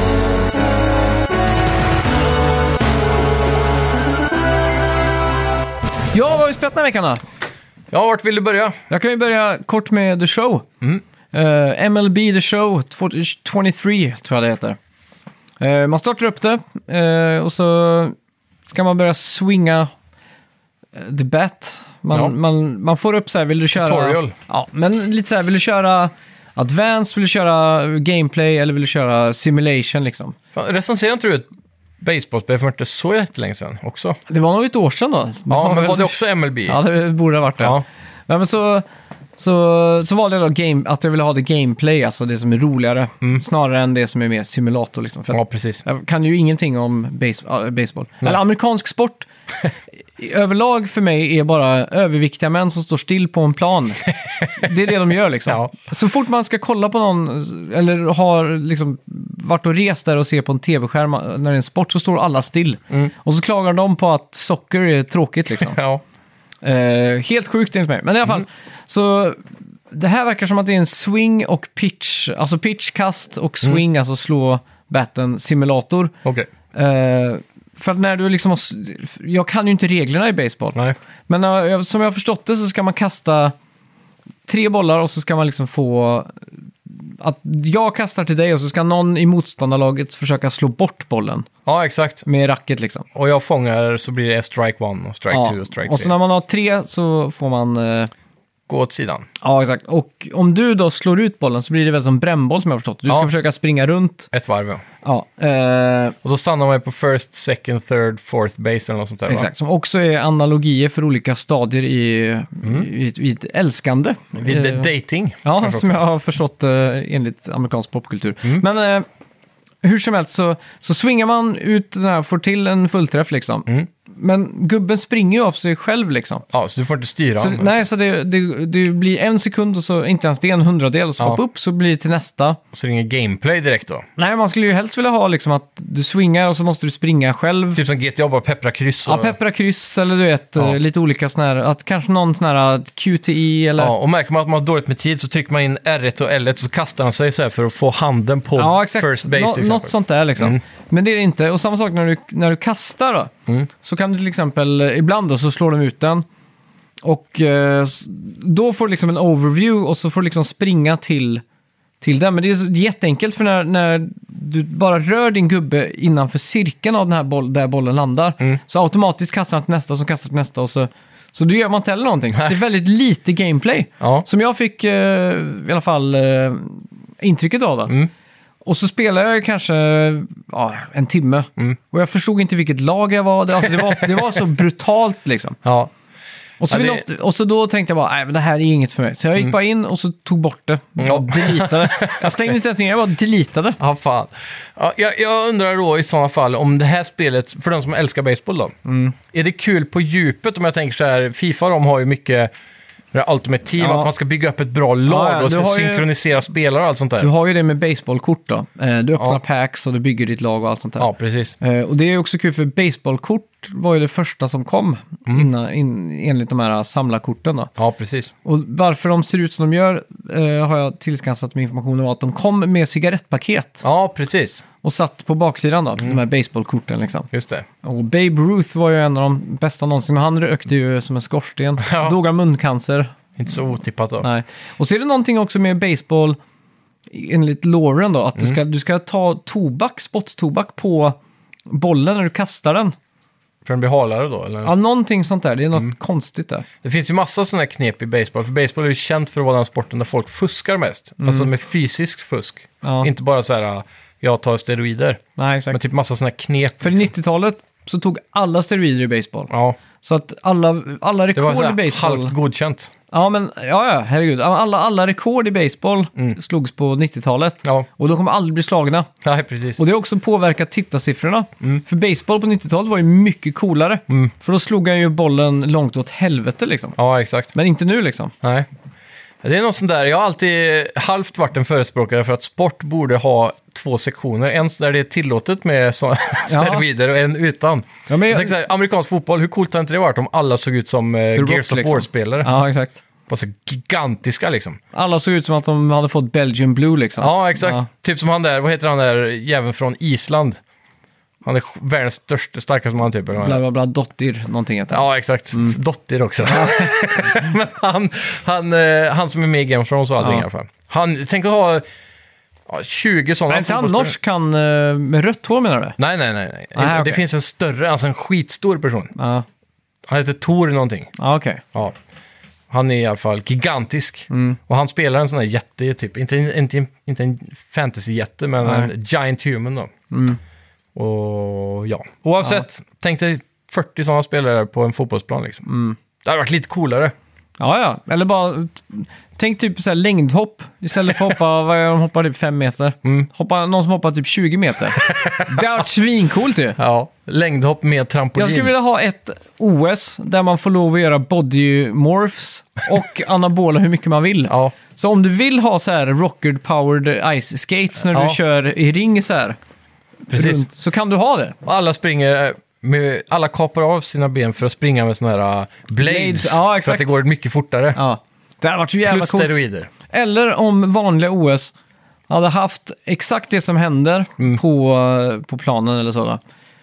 Ja, vad har vi spelat den här veckan då? Ja, vart vill du börja? Jag kan ju börja kort med The Show. MLB The Show 23 tror jag det heter. Man startar upp det och så ska man börja swinga the bat. Man får upp så här, vill du köra... Tutorial. Ja, men lite så här, vill du köra advanced, vill du köra gameplay eller vill du köra simulation liksom? Recenserar inte du ett baseballspel för inte så jättelänge sedan också? Det var nog ett år sedan då. Ja, men var det också MLB? Ja, det borde ha varit det. Ja. Men så Så valde jag då att jag ville ha det gameplay, alltså det som är roligare, snarare än det som är mer simulator. Liksom. För precis. jag kan ju ingenting om baseball. Eller amerikansk sport. Överlag för mig är bara överviktiga män som står still på en plan. Det är det de gör liksom. Ja. Så fort man ska kolla på någon, eller har liksom varit och rest där och ser på en tv-skärm när det är en sport, så står alla still. Och så klagar de på att socker är tråkigt liksom. Ja. Helt sjukt enligt mig. Men i alla fall, så det här verkar som att det är en swing och pitch, alltså pitchkast och swing, alltså slå batten simulator. Okej. För att när du liksom jag kan ju inte reglerna i baseball. Nej. Men som jag har förstått det så ska man kasta 3 bollar och så ska man liksom få att jag kastar till dig och så ska någon i motståndarlaget försöka slå bort bollen. Ja, exakt. Med racket liksom. Och jag fångar så blir det strike 1 och strike 2 och strike 3. Och så när man har 3 så får man... Gå åt sidan. Ja, exakt. Och om du då slår ut bollen så blir det väl som brännboll som jag har förstått. Du ska försöka springa runt. Ett varv, ja. Ja. Och då stannar man på first, second, third, fourth base eller något sånt där, Exakt, som också är analogier för olika stadier i ett älskande. Vid dating. Ja, som jag har förstått enligt amerikansk popkultur. Men hur som helst så swingar man ut den här, får till en fullträff liksom. Men gubben springer ju av sig själv liksom. Ja, så du får inte styra. Så det blir 1 sekund och så, inte ens det, en 100-del och så hoppar upp så blir det till nästa. Så det är ingen gameplay direkt då? Nej, man skulle ju helst vilja ha liksom att du swingar och så måste du springa själv. Typ som GTA, bara peppra kryss. Ja, peppra kryss eller du vet, lite olika sådana här, att kanske någon sån här QTE eller... Ja, och märker man att man har dåligt med tid så trycker man in R1 och L1 så kastar han sig så här för att få handen på first base till exempel. Något sånt där liksom. Men det är det inte. Och samma sak när du kastar då. Så kan du till exempel, ibland då så slår de ut den. Och då får du liksom en overview och så får du liksom springa till den. Men det är jätteenkelt för när du bara rör din gubbe innanför cirkeln av den här där bollen landar. Så automatiskt kastar han till nästa som kastar till nästa och så då gör man inte heller någonting. Så det är väldigt lite gameplay. Ja. Som jag fick i alla fall intrycket av det. Och så spelade jag kanske en timme. Och jag förstod inte vilket lag jag var. Det var så brutalt liksom. Ja. Och så då tänkte jag bara, nej men det här är inget för mig. Så jag gick bara in och så tog bort det. Deletade. Jag stängde inte ens ner, jag bara deletade. Ja, fan. Ja, jag undrar då i sådana fall om det här spelet, för de som älskar baseball då. Är det kul på djupet om jag tänker så här, FIFA de har ju mycket... Ultimate Team, att man ska bygga upp ett bra lag och synkronisera spelare och allt sånt där. Du har ju det med baseballkort då. Du öppnar packs och du bygger ditt lag och allt sånt där. Ja, precis. Och det är också kul för baseballkort var ju det första som kom enligt de här samlarkorten då. Ja, precis. Och varför de ser ut som de gör har jag tillskansat med information om att de kom med cigarettpaket. Ja, precis. Och satt på baksidan då, de här baseballkorten liksom. Just det. Och Babe Ruth var ju en av de bästa någonsin. Och han rökte ju som en skorsten. Dog av muncancer. Inte så otippat då. Nej. Och så är det någonting också med baseball, enligt Lauren då, att du ska ta spott-tobak på bollen när du kastar den. För den blir halare då? Eller? Ja, någonting sånt där. Det är något konstigt där. Det finns ju massa sådana här knep i baseball. För baseball är ju känt för att vara den sporten där folk fuskar mest. Alltså med fysisk fusk. Ja. Inte bara så här, jag tar steroider. Nej, exakt. Men typ massa sådana här knep. För i 90-talet så tog alla steroider i baseball. Ja. Så att alla rekord det var så här i baseball... halvt godkänt. Ja, men herregud. Alla rekord i baseball slogs på 90-talet. Ja. Och de kommer aldrig bli slagna. Nej, precis. Och det har också påverkat tittarsiffrorna. För baseball på 90-talet var ju mycket coolare. För då slog han ju bollen långt åt helvete liksom. Ja, exakt. Men inte nu liksom. Nej. Det är något sånt där. Jag har alltid halvt varit en förespråkare för att sport borde ha 2 sektioner. En där det är tillåtet med steroider och en utan. Ja, men jag tänker så här, amerikansk fotboll, hur coolt har inte det varit om alla såg ut som Gears of War-spelare? Ja, exakt. Bara så gigantiska liksom. Alla såg ut som att de hade fått Belgian Blue liksom. Ja, exakt. Ja. Typ som han där, vad heter han där jäveln från Island? Han är världens starkaste man typ. Bla bla bla, Dottir, någonting heter han. Ja, exakt. Dottir också. Men han som är med i Game of Thrones och allting i alla fall. Tänk att ha 20 sådana. Nej, inte han norsk kan med rött hår menar du? Nej. Det finns en större, alltså en skitstor person. Ja. Han heter Thor någonting. Ja, okej. Ja. Han är i alla fall gigantisk. Och han spelar en sån här jätte, typ. Inte en fantasy-jätte, men en giant human då. Och ja, oavsett, tänk dig 40 sådana spelare på en fotbollsplan liksom. Det hade varit lite coolare. Ja. Eller bara... Tänk typ så här längdhopp. Istället för att hoppa, de hoppar typ 5 meter. Någon som hoppar typ 20 meter. Det har varit svincoolt ju. Ja, längdhopp med trampolin. Jag skulle vilja ha ett OS där man får lov att göra body morphs och anabola hur mycket man vill. Ja. Så om du vill ha så här rocket-powered ice skates när du kör i ring så här, runt, så kan du ha det. Och alla springer... alla kapar av sina ben för att springa med såna här blades. Ja, exakt. För att det går mycket fortare. Ja. Det hade varit så jävla Plus coolt. steroider. Eller om vanliga OS hade haft exakt det som händer på planen eller så.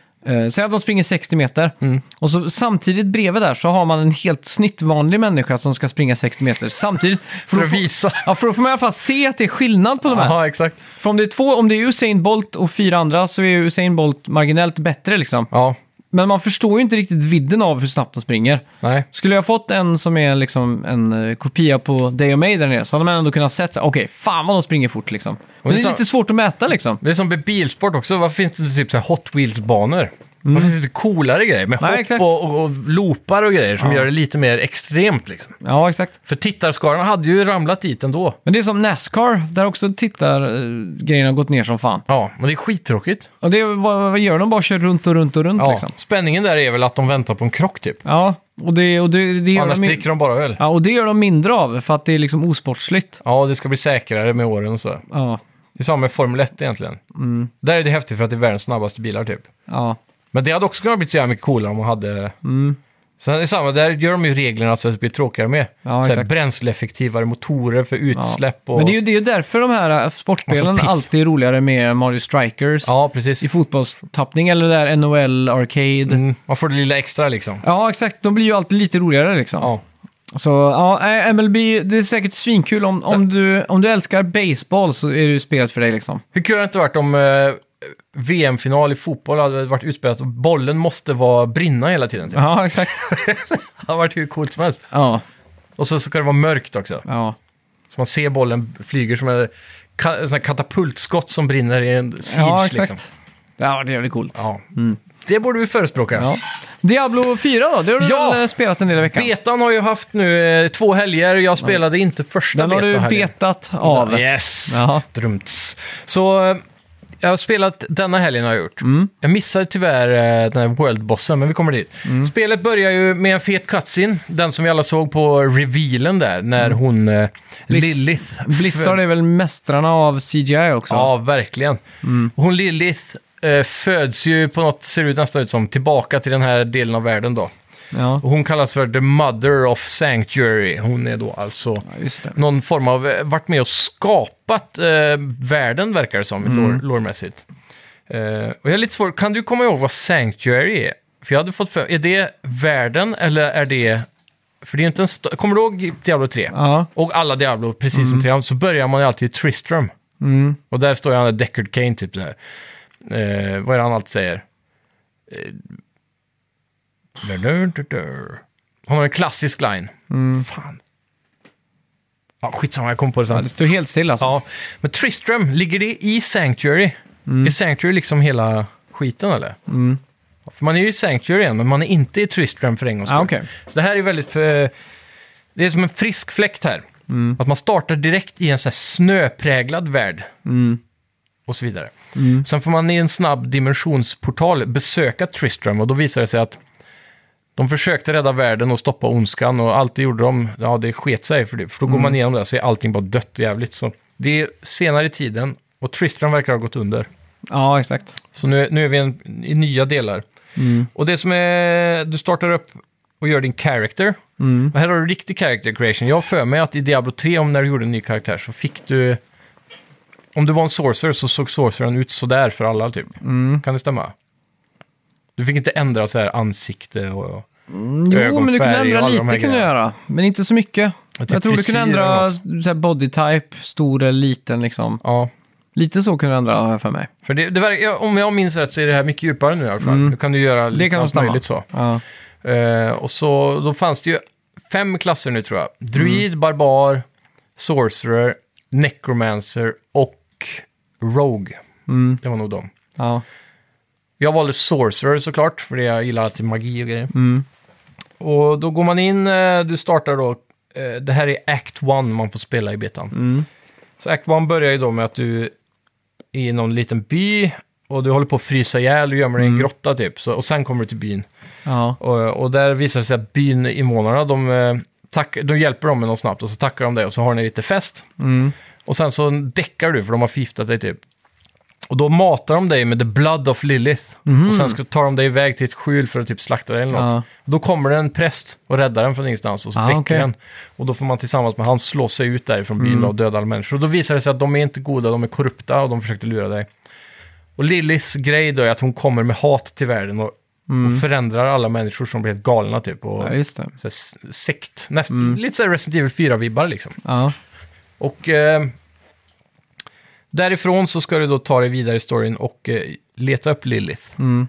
Säg att de springer 60 meter. Och så samtidigt bredvid där så har man en helt snittvanlig människa som ska springa 60 meter. Samtidigt För att visa. Ja, för då får man i alla fall se att det är skillnad på de här. Ja, exakt. För om det är Usain Bolt och 4 andra så är Usain Bolt marginellt bättre liksom. Ja, Men man förstår ju inte riktigt vidden av hur snabbt de springer. nej. Skulle jag fått en som är liksom en kopia på Day of May där nere så hade man ändå kunnat sett så okej, fan vad de springer fort liksom. Men det är lite svårt att mäta liksom. Det är som med bilsport också. Varför finns det typ så här Hot Wheels-banor? Varför finns det inte coolare grejer med hopp och loopar och grejer som gör det lite mer extremt liksom? Ja, exakt. För tittarskaran hade ju ramlat dit ändå. Men det är som NASCAR, där också grejerna har gått ner som fan. Ja, men det är skittråkigt. Och det, vad gör de? Bara kör runt och runt och runt Ja, liksom. spänningen där är väl att de väntar på en krock typ. Ja, och det gör Annars de dricker de bara öl. Ja, och det gör de mindre av för att det är liksom osportsligt. Ja, det ska bli säkrare med åren och så. Ja, Det är samma med Formel 1 egentligen. Där är det häftigt för att det är världens snabbaste bilar typ. ja. Men det hade också kunnat bli så jävla mycket coolare om man hade... Sen är det samma, där gör de ju reglerna så att det blir tråkigare med. Ja, så här exakt. bränsleeffektivare motorer för utsläpp och... Men det är ju därför de här sportspelen Alltså, piss. alltid är roligare med Mario Strikers Ja, precis. i fotbollstappning eller där NHL Arcade. Man får det lilla extra liksom. Ja, exakt. De blir ju alltid lite roligare liksom. Ja. Så ja, MLB, det är säkert svinkul. Om du älskar baseball så är det ju spelet för dig liksom. Hur kul har det inte varit om VM-final i fotboll hade varit utspelat och bollen måste brinna hela tiden? Typ. Ja, exakt. Det har varit hur coolt som helst. Ja, Och så ska det vara mörkt också. ja. Så man ser bollen flyger som en sån här katapultskott som brinner i en siege. Ja, exakt. Liksom. Ja, det är jävligt coolt. Ja. Det borde vi förespråka. Ja. Diablo 4 då? Det har du väl spelat en del i veckan? Betan har ju haft nu 2 helger. Jag spelade inte första Den har du beta-helgen. betat av. Yes! Jaha. Drumts. Så jag har spelat denna helgen har jag gjort. Jag missade tyvärr den här World-bossen, men vi kommer dit. Spelet börjar ju med en fet cutscene. Den som vi alla såg på revealen där, när hon Lilith... Blizzard är väl mästrarna av CGI också? Ja, verkligen. Hon Lilith föds ju på något, ser ut nästan ut som, tillbaka till den här delen av världen då. Ja, Och hon kallas för The Mother of Sanctuary. Hon är då alltså just det. någon form av, varit med och skapat världen verkar det som, lore-mässigt. Och jag är lite svår, kan du komma ihåg vad Sanctuary är? För jag hade fått är det världen eller är det, för det är inte en kommer du ihåg Diablo 3? Ja. Och alla Diablo, precis som 3, så börjar man ju alltid i Tristram. Och där står ju han Deckard Cain typ så här. Vad är det han alltid säger? Han har en klassisk line. Fan. Ja, skitsamma, jag kom på det sen. Det står helt still alltså. Ja, men Tristram, ligger det i Sanctuary? Är Sanctuary liksom hela skiten eller? För man är ju i Sanctuary igen, men man är inte i Tristram för en gångs skull. Okay. Så det här är väldigt... det är som en frisk fläkt här. Att man startar direkt i en sån här snöpräglad värld. Och så vidare. Sen får man i en snabb dimensionsportal besöka Tristram och då visar det sig att de försökte rädda världen och stoppa ondskan och allt det gjorde de, ja det sket sig för det. För då går man igenom det så är allting bara dött och jävligt. Så det är senare i tiden och Tristram verkar ha gått under. Ja, exakt. Så nu är vi i nya delar. Och det som är, du startar upp och gör din character. Och här har du riktig character creation. Jag har för mig att i Diablo 3, när du gjorde en ny karaktär så fick du... Om du var en sorcerer så såg sorcerern ut sådär för alla typ. Kan det stämma? Du fick inte ändra så här ansikte och Jo, men du kunde ändra lite kan du göra. Men inte så mycket. Typ jag tror du kunde ändra så här body type, stor eller liten liksom. Ja. Lite så kunde du ändra för mig. För det verkar, om jag minns rätt så är det här mycket djupare nu i alla fall. Nu kan du göra lite allt möjligt så. Ja. Och så då fanns det ju 5 klasser nu tror jag. Druid, barbar, sorcerer, necromancer och rogue. Det var nog dem. Ja. Jag valde sorcerer såklart, för jag gillar alltid magi och grejer. Och då går man in, du startar då det här är Act 1 man får spela i betan. Så Act 1 börjar ju då med att du är i någon liten by och du håller på att frysa ihjäl och gömmer dig i en grotta typ. Och sen kommer du till byn. Ja. Och där visar det sig att byinvånarna, de hjälper dem med något snabbt och så tackar de dig och så har ni lite fest. Och sen så däckar du för de har förgiftat dig typ. Och då matar de dig med the blood of Lilith. Och sen tar de dig iväg till ett skjul för att typ slakta dig eller något. Ja. Då kommer det en präst och räddar den från ingenstans och så väcker den. Och då får man tillsammans med han slå sig ut därifrån byn och döda alla människor. Och då visar det sig att de är inte goda, de är korrupta och de försökte lura dig. Och Liliths grej då är att hon kommer med hat till världen och förändrar alla människor som blir helt galna typ. Och Ja, just det. så här, sekt, lite så här Resident Evil 4-vibbar liksom. Ja. Och därifrån så ska du då ta dig vidare i storyn och leta upp Lilith.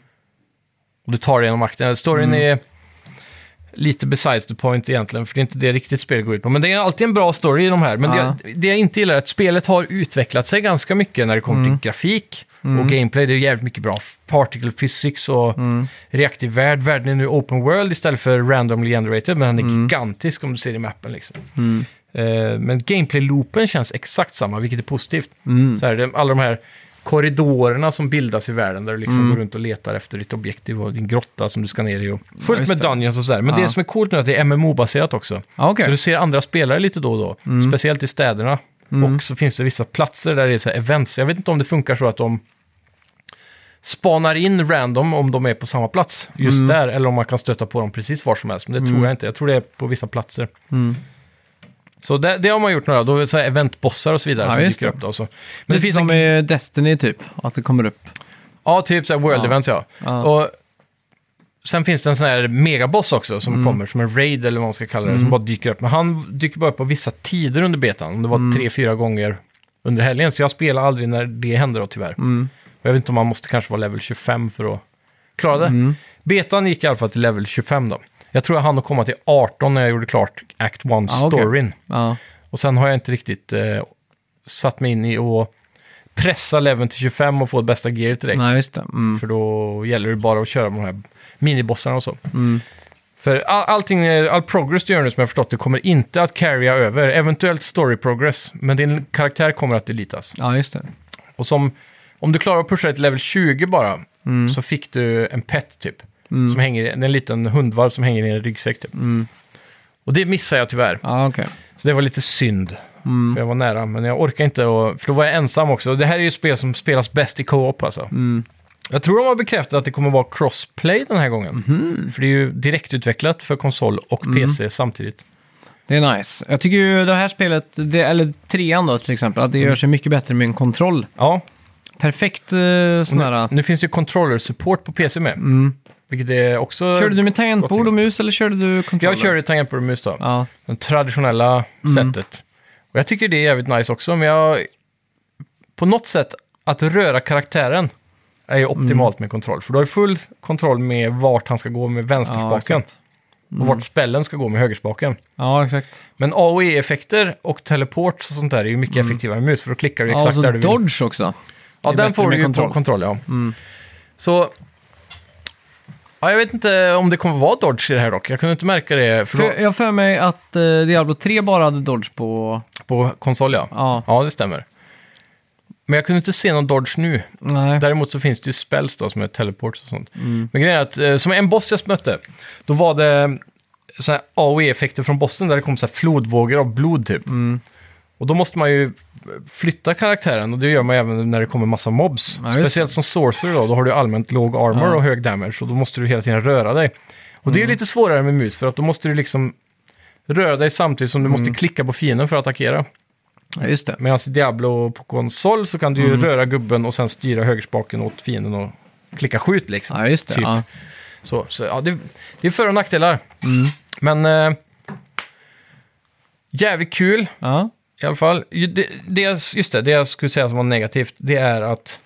Och du tar dig genom akten. Storyn är lite besides the point egentligen, för det är inte det riktigt spelet går ut på. Men det är alltid en bra story i de här. Men det jag inte gillar är att spelet har utvecklat sig ganska mycket när det kommer till grafik och gameplay. Det är jävligt mycket bra particle physics och reaktiv värld. Världen är nu open world istället för randomly generated, men den är gigantisk om du ser i mappen liksom. Men gameplay-loopen känns exakt samma, vilket är positivt. Så här, alla de här korridorerna som bildas i världen där du liksom går runt och letar efter ditt objektiv och din grotta som du ska ner i. Och fullt med dungeons och sådär. Men det som är coolt nu är att det är MMO-baserat också. Okay. Så du ser andra spelare lite då och då. Speciellt i städerna. Och så finns det vissa platser där det är så här events. Jag vet inte om det funkar så att de spanar in random om de är på samma plats just där. Eller om man kan stöta på dem precis var som helst. Men det tror jag inte. Jag tror det är på vissa platser. Så det har man gjort några, då är det så här eventbossar och så vidare som dyker upp då. Så. Men det finns som i Destiny typ, att det kommer upp. Ja, typ så här world events, ja. Och sen finns det en sån här megaboss också som kommer som en raid eller vad man ska kalla det, som bara dyker upp. Men han dyker bara upp på vissa tider under betan, om det var 3-4 gånger under helgen. Så jag spelar aldrig när det händer då tyvärr. Och jag vet inte om man måste kanske vara level 25 för att klara det. Betan gick i alla fall till level 25 då. Jag tror jag hann att komma till 18 när jag gjorde klart Act 1-storyn. Okay. Och sen har jag inte riktigt satt mig in i att pressa leveln till 25 och få det bästa gearet direkt. Nej, just det. För då gäller det bara att köra de här minibossarna och så. För all progress du gör nu som jag förstått det kommer inte att carrya över. Eventuellt story progress, men din karaktär kommer att deletas. Ja, just det. Och om du klarar att pusha till level 20 bara, så fick du en pet typ. Som hänger, det är en liten hundvalp som hänger i en ryggsäck typ. Och det missade jag tyvärr. Ja, okay. Så det var lite synd. För jag var nära, men jag orkar inte. För då var jag ensam också. Det här är ju spel som spelas bäst i co-op alltså. Jag tror de har bekräftat att det kommer vara crossplay den här gången. För det är ju direktutvecklat för konsol och PC samtidigt. Det är nice. Jag tycker ju det här spelet, eller 3an då till exempel, att det gör sig mycket bättre med en kontroll. Ja. Perfekt sån här... Nu finns ju controller-support på PC med. Vilket är också... Körde du med tangentbord och mus eller körde du kontroller? Jag körde tangentbord och mus då. Ja. Det traditionella sättet. Och jag tycker det är jävligt nice också. Men på något sätt, att röra karaktären är ju optimalt med kontroll. För du har full kontroll med vart han ska gå med vänsterspaken. Och vart spellen ska gå med högerspaken. Ja, exakt. Men AOE-effekter och teleport och sånt där är ju mycket effektivare med mus. För då klickar du exakt där du vill. Ja, och dodge också. Ja, den får du ju på kontroll, ja. Så... Ja, jag vet inte om det kommer vara dodge i det här dock. Jag kunde inte märka det. Jag för mig att Diablo 3 bara hade dodge på... På konsol, ja. Ja, det stämmer. Men jag kunde inte se någon dodge nu. Nej. Däremot så finns det ju spells då som är teleports och sånt. Men grejen är att, som en boss jag mötte, då var det så här AOE-effekter från bossen där det kom så här flodvågor av blod typ. Och då måste man ju flytta karaktären, och det gör man även när det kommer massa mobs. Ja, speciellt som sorcerer då har du allmänt låg armor och hög damage, och då måste du hela tiden röra dig. Och det är lite svårare med mus, för att då måste du liksom röra dig samtidigt som du måste klicka på fienden för att attackera. Ja, just det. Medan i Diablo på konsol så kan du ju röra gubben och sen styra högerspaken åt fienden och klicka skjut liksom. Ja, just det. Typ. Ja. Så ja, det är för- och nackdelar. Men jävligt kul. Ja. I alla fall, det jag skulle säga som var negativt, det är att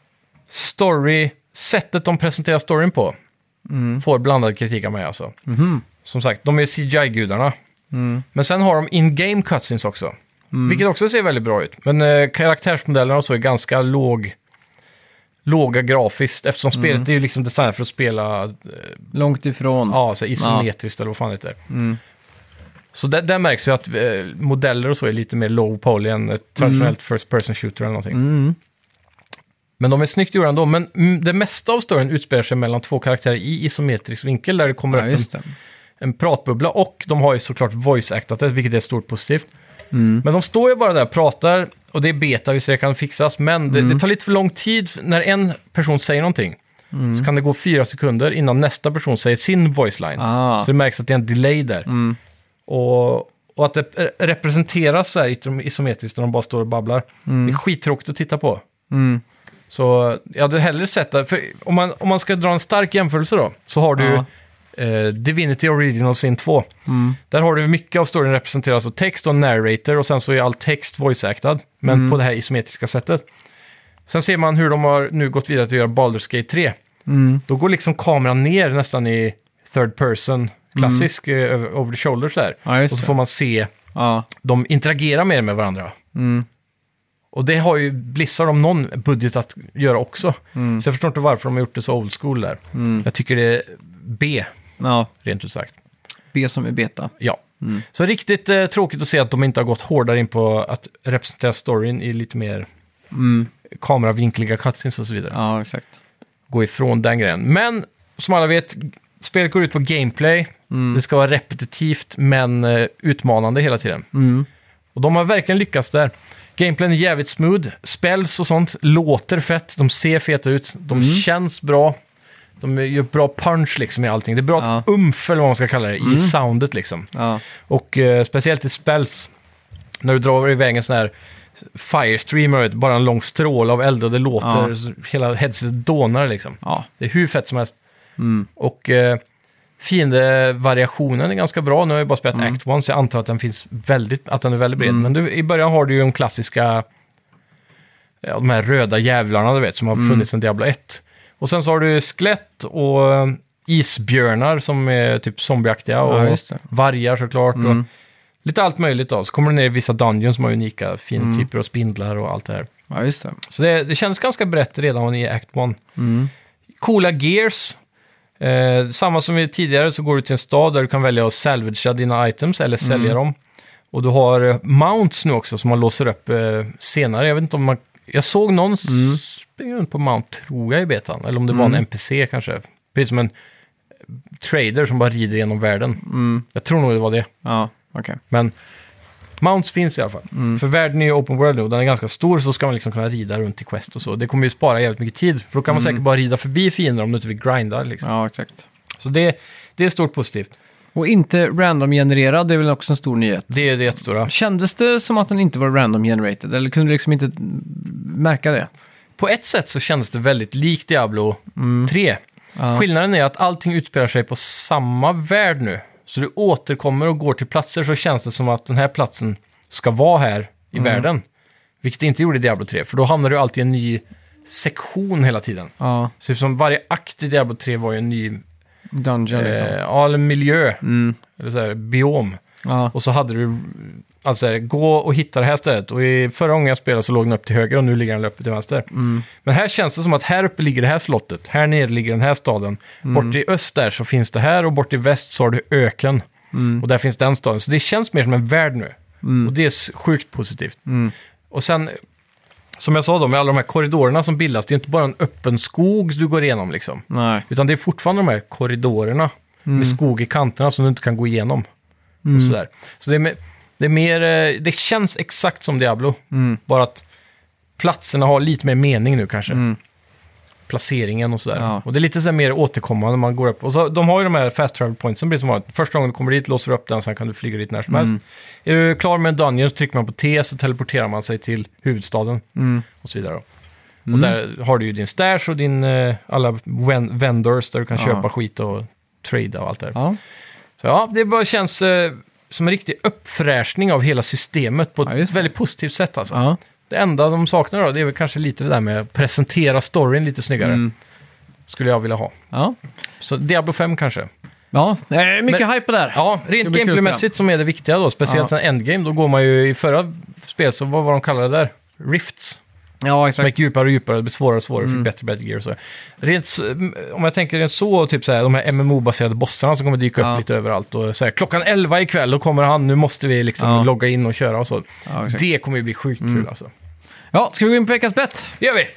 sättet de presenterar storyn på får blandad kritik av mig alltså. Som sagt, de är CGI-gudarna. Men sen har de in-game cutscenes också. Vilket också ser väldigt bra ut. Men karaktärsmodellerna och så är ganska låga grafiskt, eftersom spelet är ju liksom designat för att spela... långt ifrån. Ja, så isometriskt eller vad fan det heter. Så där märks ju att modeller och så är lite mer low poly än ett traditionellt first person shooter eller någonting. Men de är snyggt gjorda ändå. Men det mesta av storyn utspelar sig mellan två karaktärer i isometrisk vinkel där det kommer upp en pratbubbla. Och de har ju såklart voice-actat det, vilket är stort positivt. Men de står ju bara där och pratar och det är beta, visst det kan fixas. Men det tar lite för lång tid när en person säger någonting. Så kan det gå 4 sekunder innan nästa person säger sin voice line. Så det märks att det är en delay där. Och att det representeras så här isometriskt när de bara står och babblar. Det är skittråkigt att titta på. Så jag hade hellre sett det. För om man ska dra en stark jämförelse då, så har du Divinity Original Sin 2. Där har du mycket av storyn representeras av text och narrator och sen så är all text voice-actad. Men på det här isometriska sättet. Sen ser man hur de har nu gått vidare till att göra Baldur's Gate 3. Då går liksom kameran ner nästan i third person, klassisk over the shoulder så här. Och så får man se de interagera mer med varandra. Och det har ju Blizzard om någon budget att göra också. Så jag förstår inte varför de har gjort det så old school där. Jag tycker det är B, rent ut sagt. B som är beta. Ja. Så riktigt tråkigt att se att de inte har gått hårdare in på att representera storyn i lite mer kameravinkliga cutscenes och så vidare. Ja, exakt. Gå ifrån den grejen. Men som alla vet, spelet går ut på gameplay. Det ska vara repetitivt men utmanande hela tiden. Och de har verkligen lyckats där. Gameplayen är jävligt smooth. Spells och sånt låter fett. De ser feta ut. De känns bra. De gör bra punch liksom i allting. Det är bra umf eller vad man ska kalla det i soundet liksom. Och speciellt i spells. När du drar iväg en sån här firestreamer, bara en lång stråle av eld och det låter hela headsetet dånar liksom. Det är hur fett som helst. Och fiendevariationen är ganska bra. Nu har jag bara spelat Act 1 så jag antar att den är väldigt bred. Men i början har du ju de klassiska de här röda jävlarna du vet som har funnits sedan Diablo 1. Och sen så har du skelett och isbjörnar som är typ zombieaktiga och vargar såklart. Och lite allt möjligt då. Så kommer du ner i vissa dungeons som har unika fiendetyper och spindlar och allt det här. Ja, just det. Så det känns ganska brett redan i Act 1. Coola gears. Samma som tidigare så går du till en stad där du kan välja att salvagea dina items eller sälja dem. Och du har mounts nu också som man låser upp senare. Jag vet inte om man... Jag såg någon springa runt på mount tror jag i betan. Eller om det var en NPC kanske. Precis som en trader som bara rider genom världen. Jag tror nog det var det. Ja, okej. Men mounts finns i alla fall. För världen är ju open world nu och den är ganska stor så ska man liksom kunna rida runt i quest och så. Det kommer ju spara jävligt mycket tid. För då kan man säkert bara rida förbi fiender om du inte vill grinda liksom. Ja, exakt. Så det är stort positivt. Och inte random-genererad, det är väl också en stor nyhet. Det är det jättestora. Kändes det som att den inte var random-generated? Eller kunde du liksom inte märka det? På ett sätt så kändes det väldigt likt Diablo 3. Skillnaden är att allting utspelar sig på samma värld nu. Så du återkommer och går till platser så känns det som att den här platsen ska vara här i världen. Vilket inte gjorde i Diablo 3. För då hamnar du alltid i en ny sektion hela tiden. Så som varje akt i Diablo 3 var ju en ny dungeon liksom. Eller miljö. Eller så här, biom. Och så hade du alltså gå och hitta det här stället. Och förra gången jag spelade så låg den upp till höger och nu ligger den uppe till vänster. Men här känns det som att här uppe ligger det här slottet. Här nere ligger den här staden. Bort i öst där så finns det här och bort i väst så har du öken. Och där finns den staden. Så det känns mer som en värld nu. Och det är sjukt positivt. Och sen, som jag sa då, med alla de här korridorerna som bildas, det är inte bara en öppen skog du går igenom liksom. Nej. Utan det är fortfarande de här korridorerna med skog i kanterna som du inte kan gå igenom. Och sådär. Så det är mer, det känns exakt som Diablo. Bara att platserna har lite mer mening nu kanske. Placeringen och sådär. Ja. Och det är lite så mer återkommande när man går upp. Och så, de har ju de här fast travel points som blir som vanligt. Första gången du kommer dit, låser du upp den, sen kan du flyga dit när som helst. Är du klar med en dungeon så trycker man på T så teleporterar man sig till huvudstaden. Och så vidare då. Och där har du ju din stash och din alla vendors där du kan köpa skit och trada och allt det där. Ja. Så ja, det bara känns som en riktig uppfräschning av hela systemet på ett väldigt positivt sätt alltså. Ja. Det enda de saknar då, det är väl kanske lite det där med att presentera storyn lite snyggare. Skulle jag vilja ha. Ja. Så Diablo 5 kanske. Ja, mycket hype på där. Ja, rent gameplaymässigt som är det viktiga då. Speciellt en endgame, då går man ju i förra spel så vad var de kallade det där? Rifts. Ja, Som exakt. gick djupare och djupare, det blev svårare och svårare, fick bättre och bättre gear och så. Om jag tänker rent så, typ så här, de här MMO-baserade bossarna som kommer dyka upp lite överallt. Och så här, klockan 11 ikväll, då kommer han, nu måste vi liksom logga in och köra och så. Ja, exakt. Det kommer ju bli sjukt kul alltså. Ja, ska vi gå in på veckans bett? Det gör vi!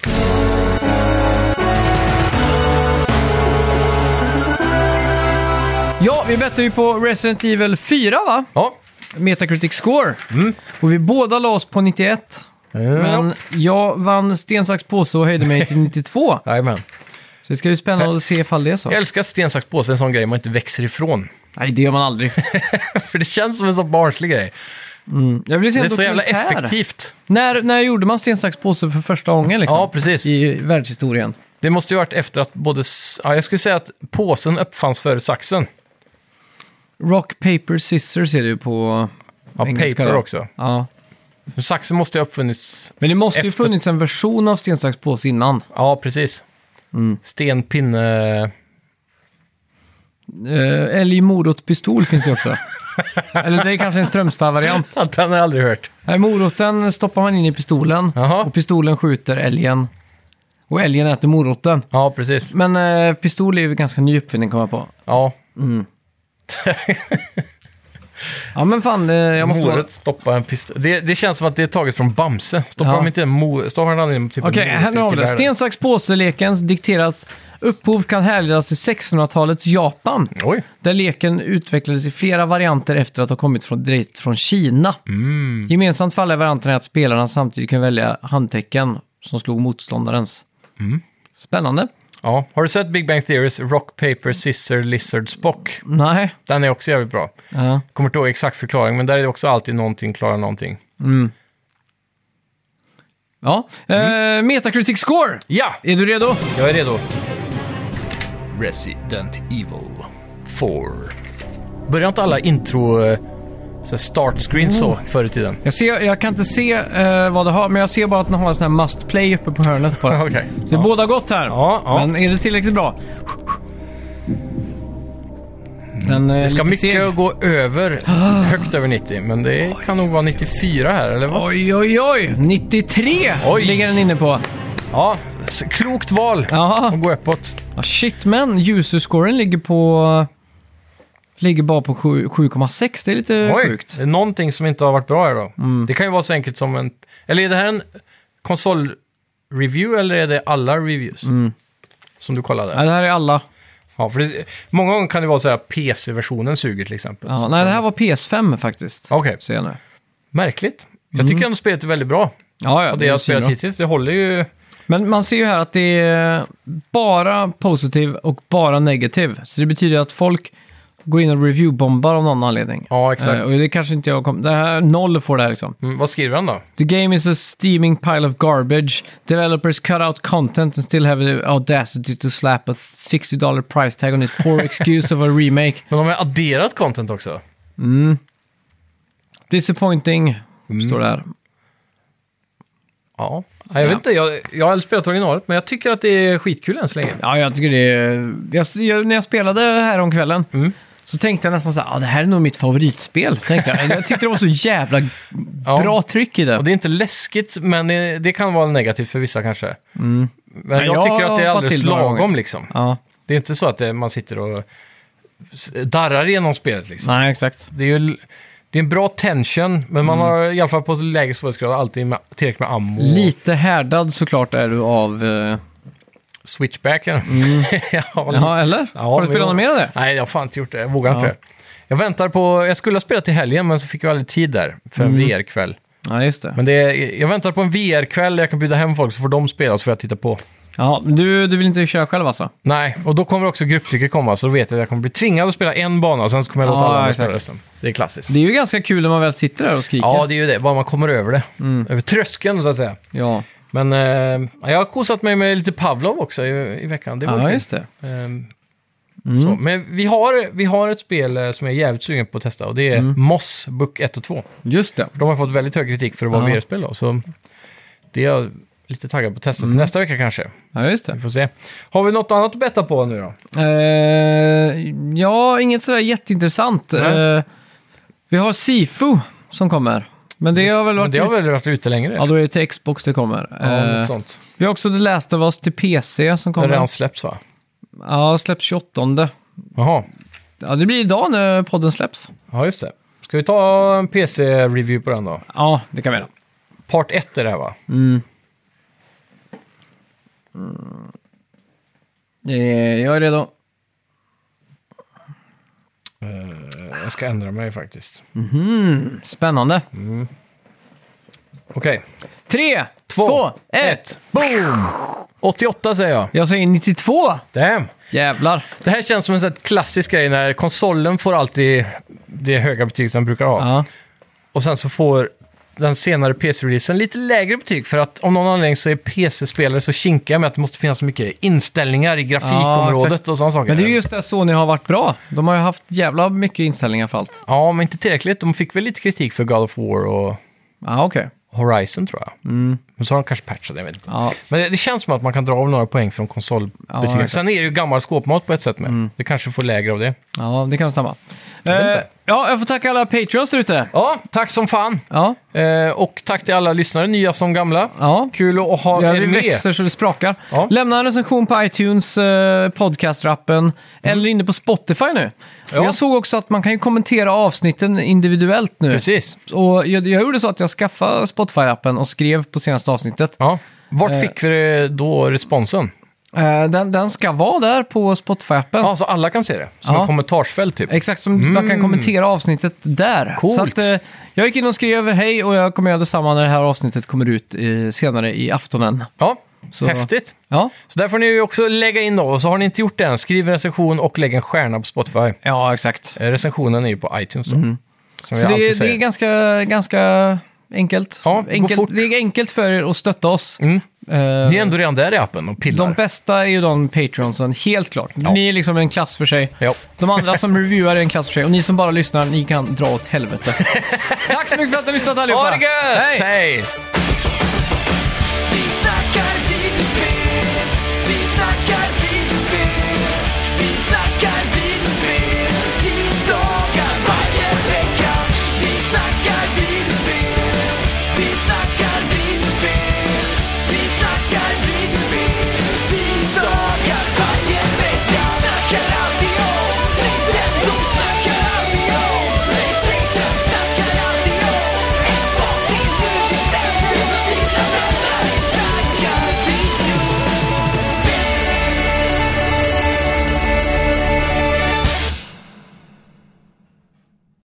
Ja, vi bettade ju på Resident Evil 4, va? Ja. Metacritic score. Och vi båda la oss på 91. Men jag vann sten, sax, påse och höjde mig till 92. Jajamän. Så det ska bli spännande att se ifall det är så. Jag älskar att sten, sax, påse är en sån grej man inte växer ifrån. Nej, det gör man aldrig. För det känns som en sån barnslig grej. Jag vill se Det en är så jävla dokumentär. effektivt. När gjorde man sten, sax, påse för första gången liksom? Ja, precis. I världshistorien. Det måste ju varit efter att jag skulle säga att påsen uppfanns före saxen. Rock, paper, scissors är det ju på engelska. Paper då. också. Ja. Men saxen måste ju ha uppfunnits. Men det måste ju efter- funnits en version av sten, sax, påse innan. Ja, precis. Sten, pinne... Älg, morot, pistol finns ju också. Eller det är kanske en Strömstad-variant. Den har jag aldrig hört. Nej, moroten stoppar man in i pistolen. Jaha. Och pistolen skjuter älgen. Och älgen äter moroten. Ja, precis. Men pistol är ju ganska ny uppfinning, kommer jag på. Ja, Ja, men fan, jag måste... morot stoppa en pistol. Det känns som att det är taget från Bamse. Stoppar Ja. de inte stoppar de in typ Okej, här nu har vi det. Sten, sax, påse-lekens dikteras. Upphov kan härledas till 1600-talets Japan. Oj. Där leken utvecklades i flera varianter efter att ha kommit direkt från Kina. Gemensamt för alla varianterna är att spelarna samtidigt kan välja handtecken som slog motståndarens. Spännande. Ja, har du sett Big Bang Theories Rock, Paper, Scissor, Lizard, Spock? Nej. Den är också jävligt bra. Ja. Kommer inte ihåg exakt förklaring, men där är det också alltid någonting, klara någonting. Ja. Metacritic score! Ja, Är du redo? jag är redo. Resident Evil 4. Börjar inte alla intro så här start screens så förr i tiden? Jag kan inte se vad det har, men jag ser bara att den har en sån här must play uppe på hörnet på den. Okej. Så det är båda gott här. Ja. Men är det tillräckligt bra? Det ska mycket gå över, högt över 90, men det kan nog vara 94 här, eller vad? Oj, oj, oj! 93 Oj. ligger den inne på. Ja, klokt val Jaha. att gå uppåt. Ja, shit, men user-scoren ligger bara på 7,6. Det är lite sjukt. Det är någonting som inte har varit bra här då. Det kan ju vara så enkelt som en... Eller är det här en konsol-review eller är det alla reviews? Som du kollade? Ja, det här är alla. Ja, för många gånger kan det vara så här PC-versionen suger till exempel. Ja, nej, det här var PS5 faktiskt. Okej, Ser jag nu. märkligt. Jag tycker ändå spelet är väldigt bra. Ja, Och det jag har spelat svinbra. hittills, det håller ju... Men man ser ju här att det är bara positiv och bara negativ. Så det betyder att folk går in och review-bombar av någon anledning. Ja, exakt. Och det kanske inte jag kommer... Det här 0 får det här liksom. Vad skriver han då? The game is a steaming pile of garbage. Developers cut out content and still have the audacity to slap a $60 price tag on this poor excuse of a remake. Men de har adderat content också. Disappointing, står det här. Ja, jag vet inte. Jag har aldrig spelat originalet, men jag tycker att det är skitkul än så länge. Ja, jag tycker det är... när jag spelade här om kvällen så tänkte jag nästan så här, det här är nog mitt favoritspel. Tänkte jag tyckte det var så jävla bra tryck i det. Och det är inte läskigt, men det kan vara negativt för vissa kanske. Men jag tycker att det är alldeles lagom liksom. Ja. Det är inte så att man sitter och darrar igenom spelet liksom. Nej, exakt. Det är en bra tension, men man har i alla fall på lägre svårighetsgrad alltid tillräckligt med ammo. Lite härdad såklart är du av... Switchbacken. Ja, eller? Har du spelat något mer av det? Nej, jag har fan inte gjort det. Jag vågar inte. Jag väntar på... Jag skulle ha spelat till helgen, men så fick jag aldrig tid där för en VR-kväll. Ja, just det. Men jag väntar på en VR-kväll där jag kan bjuda hem folk så får de spela så får jag titta på. Ja, men du vill inte köra själv alltså? Nej, och då kommer också grupptrycket komma så då vet jag att jag kommer bli tvingad att spela en bana och sen så kommer jag låta alla andra spela resten. Det är klassiskt. Det är ju ganska kul när man väl sitter där och skriker. Ja, det är ju det. Bara man kommer över det. Över tröskeln så att säga. Ja, Men jag har kosat mig med lite Pavlov också i veckan. Det var kul. just det. Så. Men vi har ett spel som jag är jävligt sugen på att testa och det är Moss Book 1 och 2. Just det. De har fått väldigt hög kritik för att vara VR-spel då, så det är jag lite taggad på att testa till nästa vecka kanske. Ja, just det. Vi får se. Har vi något annat att betta på nu då? Ja, inget sådär jätteintressant. Vi har Sifu som kommer. Men det har väl Men varit... det har väl varit ute längre? Ja, då är det till Xbox det kommer. något sånt. Vi har också The Last of Us till PC som Det har kommer. redan släppts, va? Ja, släpps 28. Jaha. Ja, det blir idag när podden släpps. Ja, just det. Ska vi ta en PC-review på den då? Ja, det kan vi göra. Part 1 är det här, va? Jag är redo. Jag ska ändra mig faktiskt. Spännande. Okej. 3, 2, 2, 1. Boom! 88 säger jag. Jag säger 92. Damn! Jävlar. Det här känns som en sån här klassisk grej när konsolen får alltid det höga betyg den brukar ha. Ja. Och sen så får den senare PC-releasen lite lägre betyg för att om någon anledning så är PC-spelare så kinkiga med att det måste finnas så mycket inställningar i grafikområdet och sådana saker. Men det är just där Sony har varit bra. De har ju haft jävla mycket inställningar för allt. Ja, men inte tillräckligt. De fick väl lite kritik för God of War och Ja, okej. Horizon tror jag. Men så har de kanske patchat, jag vet inte. Ja. Men det känns som att man kan dra av några poäng från konsolbetyg. exakt. Sen är det ju gammal skåpmat på ett sätt med. Det kanske får lägre av det. Ja, det kan stämma. vet inte. Ja, jag får tacka alla Patreons där ute. Ja, tack som fan. Ja, Och tack till alla lyssnare, nya som gamla. ja. Kul att ha Ja, er det med. växer så det sprakar. Ja. Lämna en recension på iTunes, podcastrappen eller inne på Spotify nu. Ja. Jag såg också att man kan ju kommentera avsnitten individuellt nu. Precis. Och jag gjorde så att jag skaffade Spotify-appen och skrev på senaste avsnittet. Ja. Vart fick vi då responsen? Den ska vara där på Spotify-appen. Ja, så alla kan se det. Som Ja. en kommentarsfält typ. Exakt, som man kan kommentera avsnittet där. Coolt. Så att, jag gick in och skrev hej och jag kommer göra detsamma när det här avsnittet kommer ut senare i aftonen. Ja, Så- häftigt. Ja, Så där får ni ju också lägga in då. Och så har ni inte gjort det än, skriv en recension och lägg en stjärna på Spotify. ja exakt. Recensionen är ju på iTunes då. Som Så jag alltid det är säger. ganska enkelt. Ja, gå fort. Det är enkelt för er att stötta oss. Ni är ändå redan där i appen och pillar. De bästa är ju de Patreonsen, helt klart. Ja. Ni är liksom en klass för sig. Ja. De andra som reviewar är en klass för sig. Och ni som bara lyssnar, ni kan dra åt helvete. Tack så mycket för att ni har lyssnat allihopa. Ha det gött! Hej! Hej!